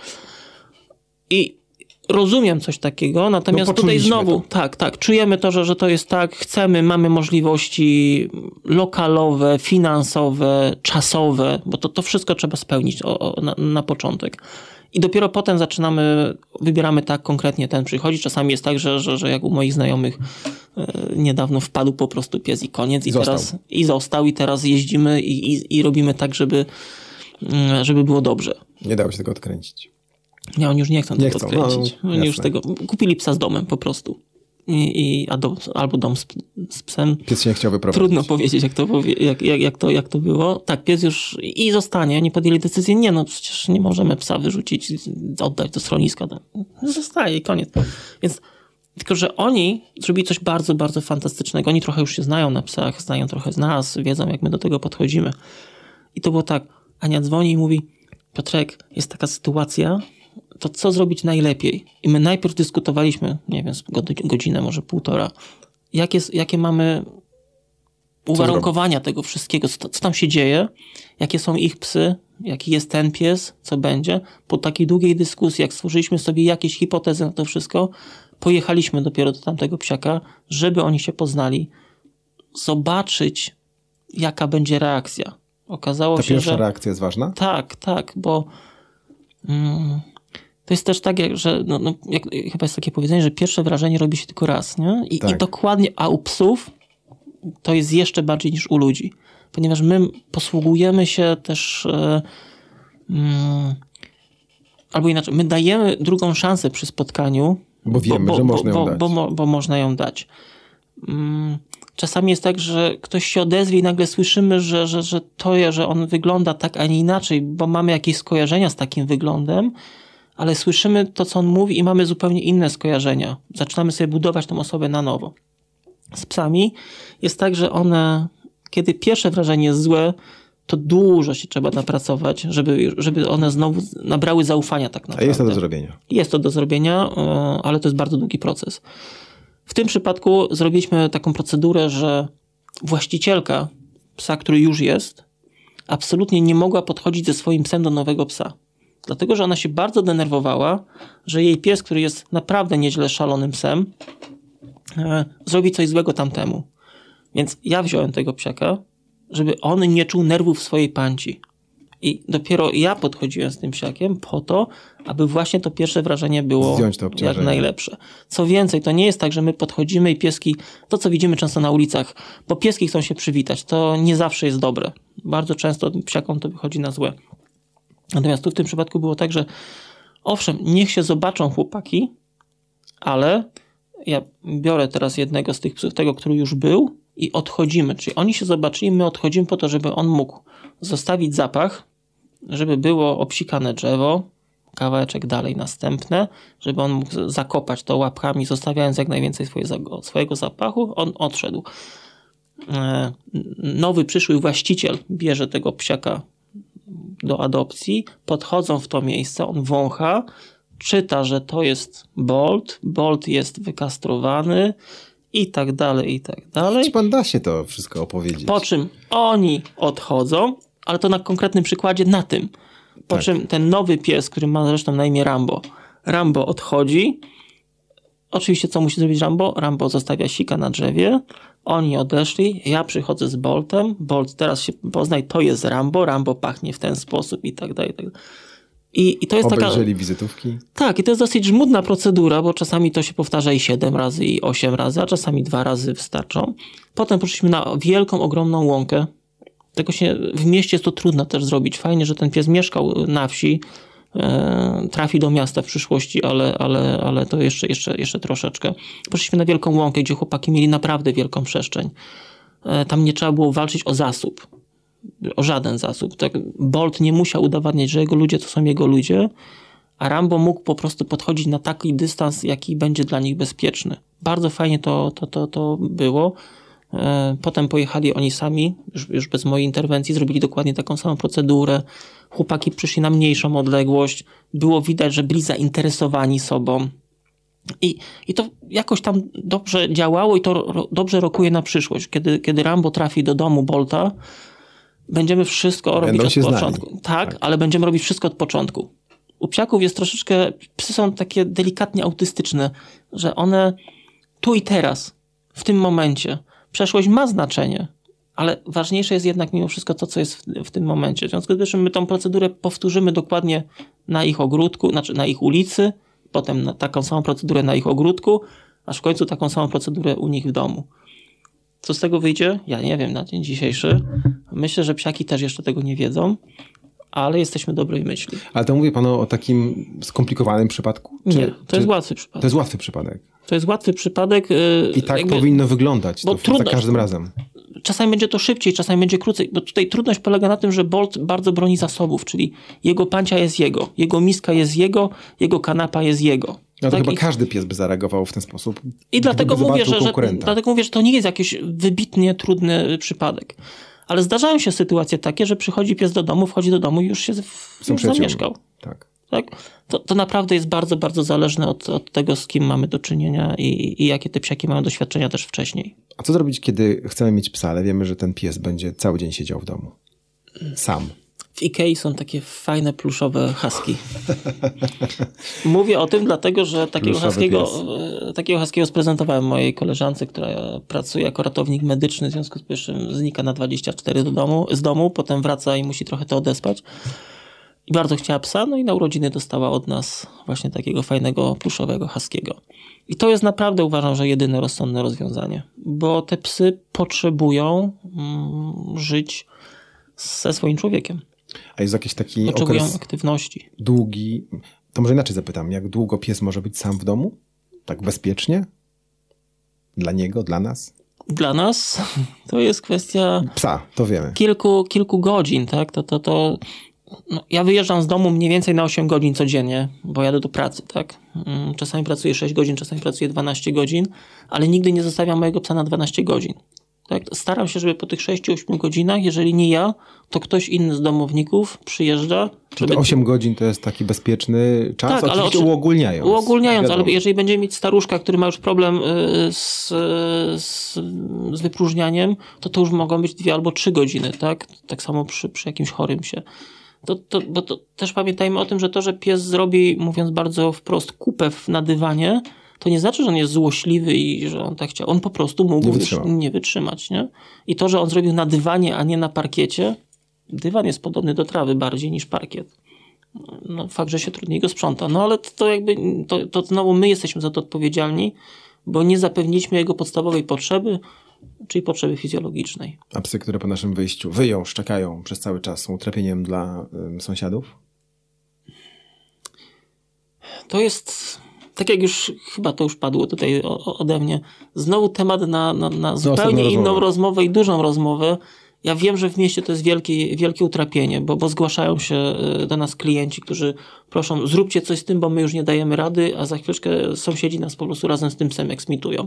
I rozumiem coś takiego, natomiast tutaj znowu, to. tak, czujemy to, że to jest tak, chcemy, mamy możliwości lokalowe, finansowe, czasowe, bo to wszystko trzeba spełnić na początek. I dopiero potem wybieramy tak konkretnie ten przychodzi. Czasami jest tak, że jak u moich znajomych niedawno wpadł po prostu pies i koniec. Został i teraz jeździmy i robimy tak, żeby było dobrze. Nie dało się tego odkręcić. Nie, oni już nie chcą tego odkręcić. Oni już tego kupili psa z domem po prostu. Albo dom z psem. Pies się nie chciał wyprowadzić. Trudno powiedzieć, jak to było. Tak, pies już i zostanie. Oni podjęli decyzję, przecież nie możemy psa wyrzucić, oddać do schroniska. Zostaje i koniec. Więc tylko, że oni zrobili coś bardzo, bardzo fantastycznego. Oni trochę już się znają na psach, znają trochę z nas, wiedzą, jak my do tego podchodzimy. I to było tak, Ania dzwoni i mówi: Piotrek, jest taka sytuacja, to co zrobić najlepiej? I my najpierw dyskutowaliśmy, nie wiem, godzinę, może półtora, jakie mamy uwarunkowania tego wszystkiego, co tam się dzieje, jakie są ich psy, jaki jest ten pies, co będzie. Po takiej długiej dyskusji, jak stworzyliśmy sobie jakieś hipotezy na to wszystko, pojechaliśmy dopiero do tamtego psiaka, żeby oni się poznali, zobaczyć, jaka będzie reakcja. Okazało się, że... Ta pierwsza reakcja jest ważna? Tak, bo... To jest też tak, że chyba jest takie powiedzenie, że pierwsze wrażenie robi się tylko raz, nie? I dokładnie, a u psów to jest jeszcze bardziej niż u ludzi. Ponieważ my posługujemy się też albo inaczej, my dajemy drugą szansę przy spotkaniu, bo wiemy, że można ją dać. Bo można ją dać. czasami jest tak, że ktoś się odezwie i nagle słyszymy, że on wygląda tak, a nie inaczej, bo mamy jakieś skojarzenia z takim wyglądem, ale słyszymy to, co on mówi i mamy zupełnie inne skojarzenia. Zaczynamy sobie budować tą osobę na nowo. Z psami jest tak, że one, kiedy pierwsze wrażenie jest złe, to dużo się trzeba napracować, żeby one znowu nabrały zaufania tak naprawdę. A jest to do zrobienia. Jest to do zrobienia, ale to jest bardzo długi proces. W tym przypadku zrobiliśmy taką procedurę, że właścicielka psa, który już jest, absolutnie nie mogła podchodzić ze swoim psem do nowego psa. Dlatego, że ona się bardzo denerwowała, że jej pies, który jest naprawdę nieźle szalonym psem, zrobi coś złego tamtemu. Więc ja wziąłem tego psiaka, żeby on nie czuł nerwów w swojej panci. I dopiero ja podchodziłem z tym psiakiem po to, aby właśnie to pierwsze wrażenie było jak najlepsze. Co więcej, to nie jest tak, że my podchodzimy i pieski, to co widzimy często na ulicach, bo pieski chcą się przywitać, to nie zawsze jest dobre. Bardzo często psiakom to wychodzi na złe. Natomiast tu w tym przypadku było tak, że owszem, niech się zobaczą chłopaki, ale ja biorę teraz jednego z tych psów, tego, który już był i odchodzimy. Czyli oni się zobaczyli, my odchodzimy po to, żeby on mógł zostawić zapach, żeby było obsikane drzewo, kawałeczek dalej następne, żeby on mógł zakopać to łapkami, zostawiając jak najwięcej swojego zapachu, on odszedł. Nowy przyszły właściciel bierze tego psiaka do adopcji, podchodzą w to miejsce, on wącha, czyta, że to jest Bolt jest wykastrowany i tak dalej, i tak dalej. Czy pan da się to wszystko opowiedzieć? Po czym oni odchodzą, ale to na konkretnym przykładzie na tym. Po czym ten nowy pies, który ma zresztą na imię Rambo odchodzi. Oczywiście co musi zrobić Rambo? Rambo zostawia sika na drzewie. Oni odeszli, ja przychodzę z Boltem. Bolt, teraz się poznaj, to jest Rambo pachnie w ten sposób i tak dalej. I to jest obejrzeli wizytówki? Tak, i to jest dosyć żmudna procedura, bo czasami to się powtarza i 7 razy, i 8 razy, a czasami 2 razy wystarczą. Potem poszliśmy na wielką, ogromną łąkę. Tego się w mieście jest to trudno też zrobić. Fajnie, że ten pies mieszkał na wsi, trafi do miasta w przyszłości, ale to jeszcze troszeczkę. Poszliśmy na wielką łąkę, gdzie chłopaki mieli naprawdę wielką przestrzeń. Tam nie trzeba było walczyć o zasób. O żaden zasób. Tak, Bolt nie musiał udowadniać, że jego ludzie to są jego ludzie, a Rambo mógł po prostu podchodzić na taki dystans, jaki będzie dla nich bezpieczny. Bardzo fajnie to było. Potem pojechali oni sami, już bez mojej interwencji, zrobili dokładnie taką samą procedurę. Chłopaki przyszli na mniejszą odległość. Było widać, że byli zainteresowani sobą. I to jakoś tam dobrze działało i to dobrze rokuje na przyszłość. Kiedy Rambo trafi do domu Bolta, będziemy wszystko robić od początku. Tak, ale będziemy robić wszystko od początku. U psiaków jest troszeczkę, psy są takie delikatnie autystyczne, że one tu i teraz, w tym momencie, przeszłość ma znaczenie, ale ważniejsze jest jednak mimo wszystko to, co jest w tym momencie. W związku z tym my tą procedurę powtórzymy dokładnie na ich ogródku, znaczy na ich ulicy, potem na taką samą procedurę na ich ogródku, aż w końcu taką samą procedurę u nich w domu. Co z tego wyjdzie? Ja nie wiem na dzień dzisiejszy. Myślę, że psiaki też jeszcze tego nie wiedzą, ale jesteśmy dobrej myśli. Ale to mówi pan o takim skomplikowanym przypadku? To jest łatwy przypadek. To jest łatwy przypadek. To jest łatwy przypadek. I tak powinno wyglądać za każdym razem. Czasami będzie to szybciej, czasami będzie krócej, bo tutaj trudność polega na tym, że Bolt bardzo broni zasobów, czyli jego pancia jest jego miska jest jego kanapa jest jego. No to chyba każdy pies by zareagował w ten sposób. I dlatego mówię, że to nie jest jakiś wybitnie trudny przypadek. Ale zdarzają się sytuacje takie, że przychodzi pies do domu, wchodzi do domu i już się zamieszkał. Tak. To naprawdę jest bardzo, bardzo zależne od tego, z kim mamy do czynienia i jakie te psiaki mają doświadczenia też wcześniej. A co zrobić, kiedy chcemy mieć psa, ale wiemy, że ten pies będzie cały dzień siedział w domu? Sam. W Ikei są takie fajne pluszowe husky. Mówię o tym dlatego, że takiego husky'ego sprezentowałem mojej koleżance, która pracuje jako ratownik medyczny, w związku z czym znika na 24 z domu, potem wraca i musi trochę to odespać. I bardzo chciała psa, no i na urodziny dostała od nas właśnie takiego fajnego pluszowego husky'ego. I to jest naprawdę, uważam, że jedyne rozsądne rozwiązanie, bo te psy potrzebują żyć ze swoim człowiekiem. A jest jakiś taki potrzebują okres aktywności. Długi, to może inaczej zapytam, jak długo pies może być sam w domu? Tak bezpiecznie? Dla niego, dla nas? Dla nas to jest kwestia psa, to wiemy. Kilku godzin, tak? No, ja wyjeżdżam z domu mniej więcej na 8 godzin codziennie, bo jadę do pracy, tak? Czasami pracuję 6 godzin, czasami pracuję 12 godzin, ale nigdy nie zostawiam mojego psa na 12 godzin. Tak? Staram się, żeby po tych 6-8 godzinach, jeżeli nie ja, to ktoś inny z domowników przyjeżdża. Czyli 8 godzin to jest taki bezpieczny czas, tak, oczywiście uogólniając. Uogólniając, ale jeżeli będziemy mieć staruszka, który ma już problem z wypróżnianiem, to już mogą być 2 albo 3 godziny, tak? Tak samo przy jakimś chorym się. Bo to też pamiętajmy o tym, że to, że pies zrobi, mówiąc bardzo wprost, kupę na dywanie, to nie znaczy, że on jest złośliwy i że on tak chciał. On po prostu mógł nie wytrzymać. Nie? I to, że on zrobił na dywanie, a nie na parkiecie, dywan jest podobny do trawy bardziej niż parkiet. No, fakt, że się trudniej go sprząta. No ale to znowu my jesteśmy za to odpowiedzialni, bo nie zapewniliśmy jego podstawowej potrzeby, czyli potrzeby fizjologicznej. A psy, które po naszym wyjściu wyją, szczekają przez cały czas, są utrapieniem dla sąsiadów? To jest, tak jak już chyba to już padło tutaj ode mnie, znowu temat na zupełnie inną rozmowę i dużą rozmowę. Ja wiem, że w mieście to jest wielkie utrapienie, bo zgłaszają się do nas klienci, którzy proszą, zróbcie coś z tym, bo my już nie dajemy rady, a za chwileczkę sąsiedzi nas po prostu razem z tym psem eksmitują.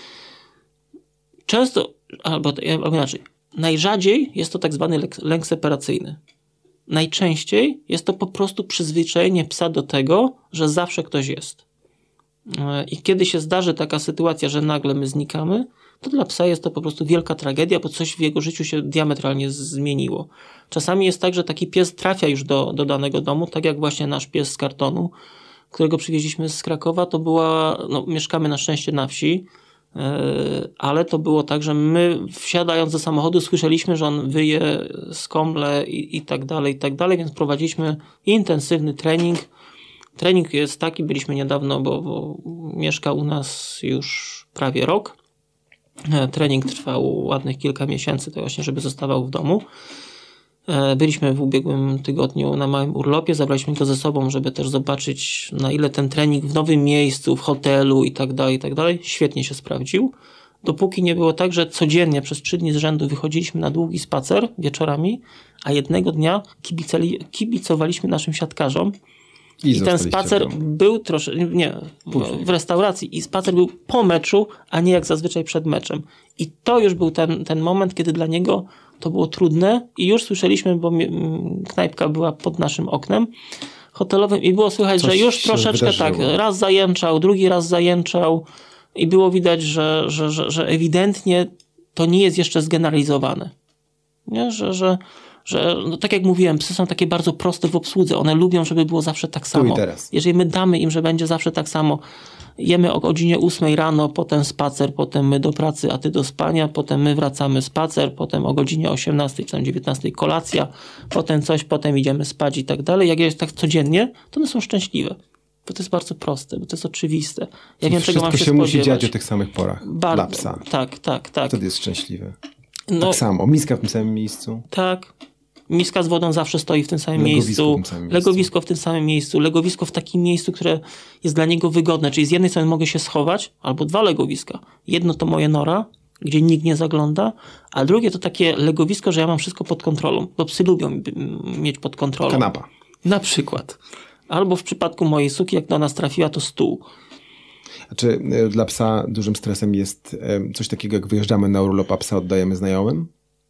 Często, albo inaczej, najrzadziej jest to tak zwany lęk separacyjny. Najczęściej jest to po prostu przyzwyczajenie psa do tego, że zawsze ktoś jest. I kiedy się zdarzy taka sytuacja, że nagle my znikamy, to dla psa jest to po prostu wielka tragedia, bo coś w jego życiu się diametralnie zmieniło. Czasami jest tak, że taki pies trafia już do danego domu, tak jak właśnie nasz pies z kartonu, którego przywieźliśmy z Krakowa, to była, mieszkamy na szczęście na wsi, ale to było tak, że my wsiadając do samochodu słyszeliśmy, że on wyje skomle i tak dalej, więc prowadziliśmy intensywny trening. Trening jest taki, byliśmy niedawno, bo mieszka u nas już prawie rok. Trening trwał ładnych kilka miesięcy, to właśnie, żeby zostawał w domu. Byliśmy w ubiegłym tygodniu na małym urlopie, zabraliśmy go ze sobą, żeby też zobaczyć, na ile ten trening w nowym miejscu, w hotelu i tak dalej, świetnie się sprawdził. Dopóki nie było tak, że codziennie przez 3 dni z rzędu wychodziliśmy na długi spacer wieczorami, a jednego dnia kibicowaliśmy naszym siatkarzom. I ten spacer był w restauracji i spacer był po meczu, a nie jak zazwyczaj przed meczem. I to już był ten moment, kiedy dla niego to było trudne i już słyszeliśmy, bo knajpka była pod naszym oknem hotelowym i było słychać, że już troszeczkę tak, raz zajęczał, drugi raz zajęczał i było widać, że ewidentnie to nie jest jeszcze zgeneralizowane. Nie? Że tak jak mówiłem, psy są takie bardzo proste w obsłudze. One lubią, żeby było zawsze tak samo. Tu i teraz. Jeżeli my damy im, że będzie zawsze tak samo, jemy o godzinie 8 rano, potem spacer, potem my do pracy, a ty do spania, potem my wracamy spacer, potem o godzinie 18 czy 19 kolacja, potem idziemy spać i tak dalej. Jak jest tak codziennie, to one są szczęśliwe. Bo to jest bardzo proste, bo to jest oczywiste. Ja wiem, czego mam się spodziewać. Musi dziać o tych samych porach dla psa. Tak. Wtedy jest szczęśliwy. Tak samo. Miska w tym samym miejscu. Tak. Miska z wodą zawsze stoi w tym samym miejscu. Legowisko w tym samym miejscu. Legowisko w takim miejscu, które jest dla niego wygodne. Czyli z jednej strony mogę się schować, albo 2 legowiska. Jedno to moje nora, gdzie nikt nie zagląda, a drugie to takie legowisko, że ja mam wszystko pod kontrolą. Bo psy lubią mieć pod kontrolą. Kanapa. Na przykład. Albo w przypadku mojej suki, jak do nas trafiła, to stół. A czy dla psa dużym stresem jest coś takiego, jak wyjeżdżamy na urlop, a psa oddajemy znajomym?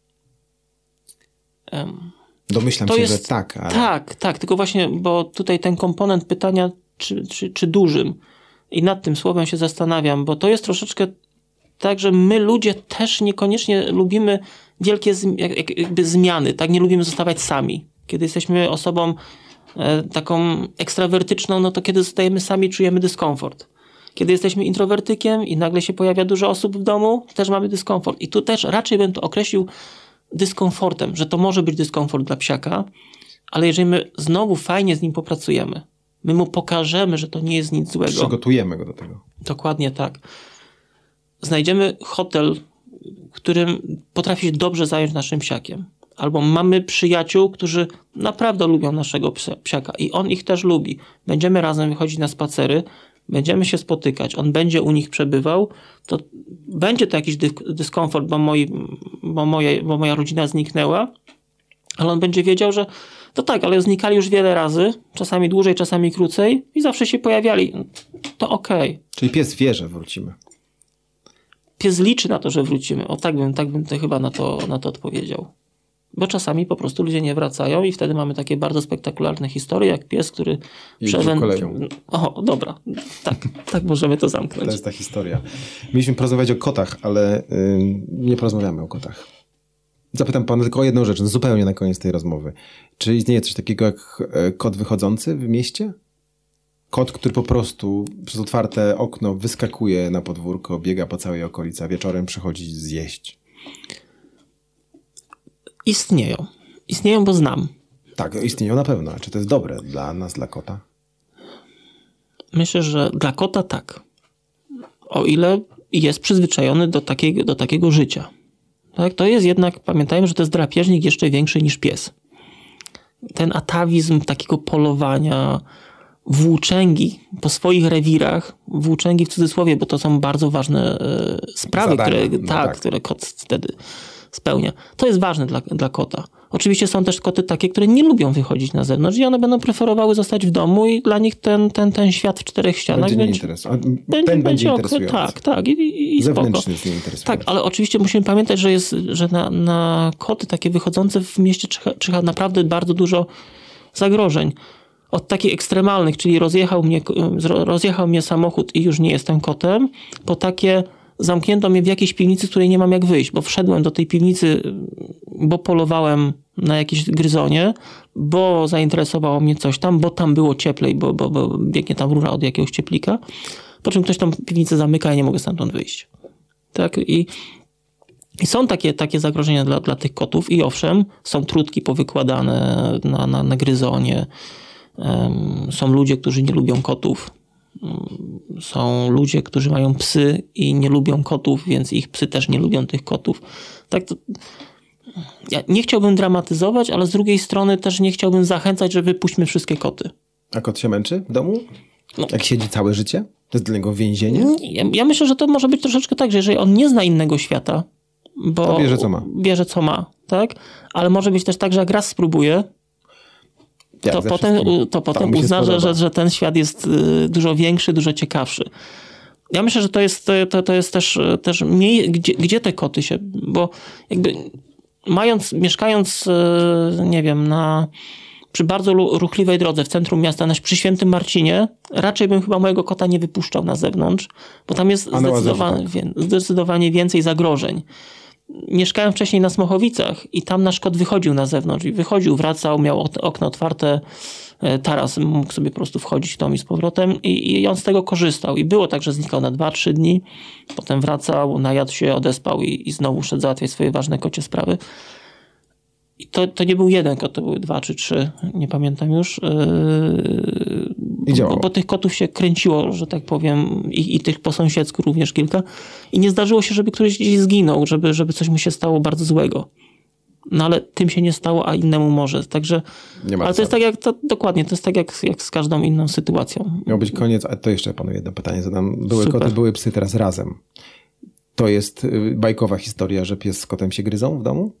Domyślam się, że tak. Ale... Tak, tylko właśnie, bo tutaj ten komponent pytania, czy dużym, i nad tym słowem się zastanawiam, bo to jest troszeczkę tak, że my ludzie też niekoniecznie lubimy wielkie jakby zmiany, tak? Nie lubimy zostawać sami. Kiedy jesteśmy osobą taką ekstrawertyczną, no to kiedy zostajemy sami, czujemy dyskomfort. Kiedy jesteśmy introwertykiem i nagle się pojawia dużo osób w domu, też mamy dyskomfort. I tu też raczej bym to określił dyskomfortem, że to może być dyskomfort dla psiaka, ale jeżeli my znowu fajnie z nim popracujemy, my mu pokażemy, że to nie jest nic złego. Przygotujemy go do tego. Dokładnie tak. Znajdziemy hotel, w którym potrafi się dobrze zająć naszym psiakiem. Albo mamy przyjaciół, którzy naprawdę lubią naszego psiaka i on ich też lubi. Będziemy razem wychodzić na spacery, będziemy się spotykać, on będzie u nich przebywał, to będzie to jakiś dyskomfort, bo moja rodzina zniknęła, ale on będzie wiedział, że to tak, ale znikali już wiele razy, czasami dłużej, czasami krócej i zawsze się pojawiali. To okej. Czyli pies wie, że wrócimy. Pies liczy na to, że wrócimy. O, tak bym to chyba na to odpowiedział. Bo czasami po prostu ludzie nie wracają i wtedy mamy takie bardzo spektakularne historie, jak pies, który koleją. O, dobra. Tak możemy to zamknąć. To jest ta historia. Mieliśmy porozmawiać o kotach, ale nie porozmawiamy o kotach. Zapytam pana tylko o jedną rzecz, zupełnie na koniec tej rozmowy. Czy istnieje coś takiego jak kot wychodzący w mieście? Kot, który po prostu przez otwarte okno wyskakuje na podwórko, biega po całej okolicy, a wieczorem przychodzi zjeść. Istnieją. Istnieją, bo znam. Tak, istnieją na pewno. Czy to jest dobre dla nas, dla kota? Myślę, że dla kota tak. O ile jest przyzwyczajony do takiego życia. Tak? To jest jednak, pamiętajmy, że to jest drapieżnik jeszcze większy niż pies. Ten atawizm takiego polowania, włóczęgi po swoich rewirach, włóczęgi w cudzysłowie, bo to są bardzo ważne sprawy, które kot wtedy spełnia. To jest ważne dla kota. Oczywiście są też koty takie, które nie lubią wychodzić na zewnątrz i one będą preferowały zostać w domu i dla nich ten świat w czterech ścianach będzie interesujący. Tak. I zewnętrzny jest nieinteresujący. Tak, ale oczywiście musimy pamiętać, że na koty takie wychodzące w mieście czyha naprawdę bardzo dużo zagrożeń. Od takich ekstremalnych, czyli rozjechał mnie samochód i już nie jestem kotem, po takie zamknięto mnie w jakiejś piwnicy, z której nie mam jak wyjść, bo wszedłem do tej piwnicy, bo polowałem na jakieś gryzonie, bo zainteresowało mnie coś tam, bo tam było cieplej, bo biegnie tam rura od jakiegoś cieplika, po czym ktoś tą piwnicę zamyka i nie mogę stamtąd wyjść. Tak? I są takie zagrożenia dla tych kotów i owszem, są trutki powykładane na gryzonie, są ludzie, którzy nie lubią kotów. Są ludzie, którzy mają psy i nie lubią kotów, więc ich psy też nie lubią tych kotów. Tak to... Ja nie chciałbym dramatyzować, ale z drugiej strony też nie chciałbym zachęcać, że wypuśćmy wszystkie koty. A kot się męczy w domu? Jak siedzi całe życie? To jest dla niego więzienie? Ja myślę, że to może być troszeczkę tak, że jeżeli on nie zna innego świata, bo to bierze co ma. Tak? Ale może być też tak, że jak raz spróbuje, to potem uzna, że ten świat jest dużo większy, dużo ciekawszy. Ja myślę, że to jest też gdzie te koty się... Bo jakby mieszkając, nie wiem, przy bardzo ruchliwej drodze w centrum miasta, przy Świętym Marcinie, raczej bym chyba mojego kota nie wypuszczał na zewnątrz, bo tam jest zdecydowanie więcej zagrożeń. Mieszkałem wcześniej na Smochowicach i tam nasz kot wychodził na zewnątrz. I wychodził, wracał, miał okno otwarte, taras, mógł sobie po prostu wchodzić w dom i z powrotem i on z tego korzystał. I było tak, że znikał na 2-3 dni, potem wracał, najadł się, odespał i znowu szedł załatwiać swoje ważne kocie sprawy. I to nie był jeden kot, to były 2 czy 3, nie pamiętam już. Bo tych kotów się kręciło, że tak powiem, i tych po sąsiedzku również kilka. I nie zdarzyło się, żeby któryś gdzieś zginął, żeby coś mu się stało bardzo złego. No ale tym się nie stało, a innemu może. Także, ale to jest tak dokładnie, to jest tak jak z każdą inną sytuacją. Miał być koniec, a to jeszcze panu jedno pytanie zadam. Były koty, były psy, teraz razem. To jest bajkowa historia, że pies z kotem się gryzą w domu?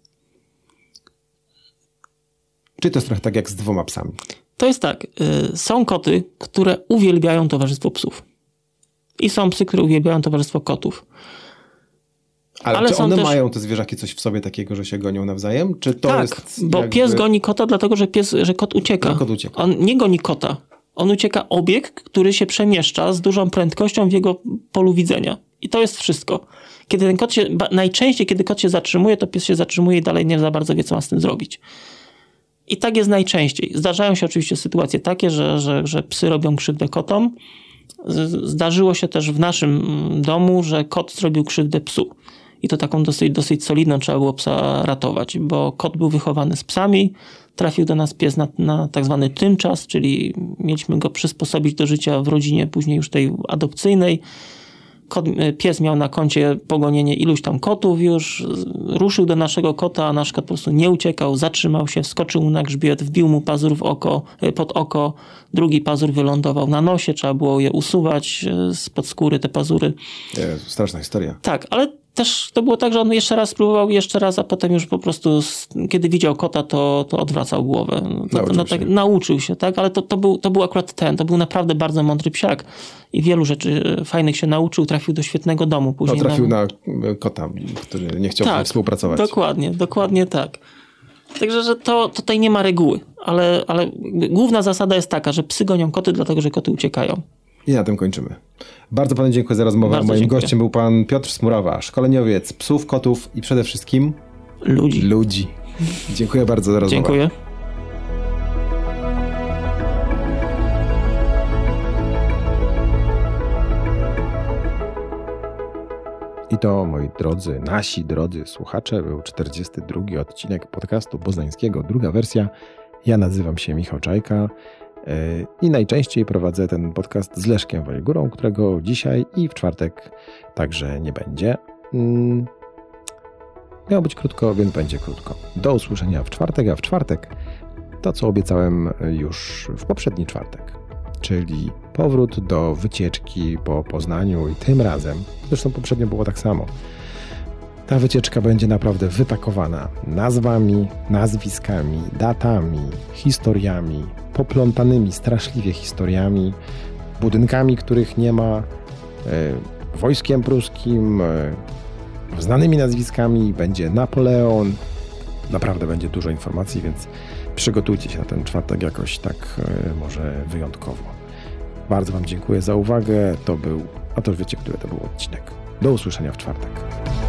Czy to jest trochę tak jak z 2 psami? To jest tak. Są koty, które uwielbiają towarzystwo psów. I są psy, które uwielbiają towarzystwo kotów. Ale czy one mają, te zwierzaki, coś w sobie takiego, że się gonią nawzajem? Czy to jest bo pies goni kota, dlatego że kot ucieka. On nie goni kota. On ucieka obieg, który się przemieszcza z dużą prędkością w jego polu widzenia. I to jest wszystko. Najczęściej, kiedy kot się zatrzymuje, to pies się zatrzymuje i dalej nie za bardzo wie, co ma z tym zrobić. I tak jest najczęściej. Zdarzają się oczywiście sytuacje takie, że psy robią krzywdę kotom. Zdarzyło się też w naszym domu, że kot zrobił krzywdę psu. I to taką dosyć solidną trzeba było psa ratować, bo kot był wychowany z psami, trafił do nas pies na tak zwany tymczas, czyli mieliśmy go przysposobić do życia w rodzinie później już tej adopcyjnej. pies miał na koncie pogonienie iluś tam kotów już, ruszył do naszego kota, a nasz kot po prostu nie uciekał, zatrzymał się, wskoczył mu na grzbiet, wbił mu pazur pod oko, drugi pazur wylądował na nosie, trzeba było je usuwać spod skóry, te pazury. Jezu, straszna historia. Tak, ale też to było tak, że on jeszcze raz spróbował, a potem już po prostu, kiedy widział kota, to odwracał głowę. Nauczył się, tak? Ale to był akurat to był naprawdę bardzo mądry psiak i wielu rzeczy fajnych się nauczył, trafił do świetnego domu później. Trafił na kota, który nie chciał współpracować. Dokładnie tak. Także, że tutaj nie ma reguły, ale główna zasada jest taka, że psy gonią koty, dlatego że koty uciekają. I na tym kończymy. Bardzo panu dziękuję za rozmowę. Moim gościem był pan Piotr Smurawa, szkoleniowiec psów, kotów i przede wszystkim ludzi. Dziękuję bardzo za rozmowę. Dziękuję. I to, moi drodzy, nasi drodzy słuchacze, był 42. odcinek podcastu poznańskiego, druga wersja. Ja nazywam się Michał Czajka i najczęściej prowadzę ten podcast z Leszkiem Waligurą, którego dzisiaj i w czwartek także nie będzie. Miało być krótko, więc będzie krótko. Do usłyszenia w czwartek, a w czwartek to, co obiecałem już w poprzedni czwartek, czyli powrót do wycieczki po Poznaniu i tym razem, zresztą poprzednio było tak samo, ta wycieczka będzie naprawdę wypakowana nazwami, nazwiskami, datami, historiami, poplątanymi straszliwie historiami, budynkami, których nie ma, wojskiem pruskim, znanymi nazwiskami, będzie Napoleon. Naprawdę będzie dużo informacji, więc przygotujcie się na ten czwartek jakoś tak może wyjątkowo. Bardzo wam dziękuję za uwagę. To już wiecie, który to był odcinek. Do usłyszenia w czwartek.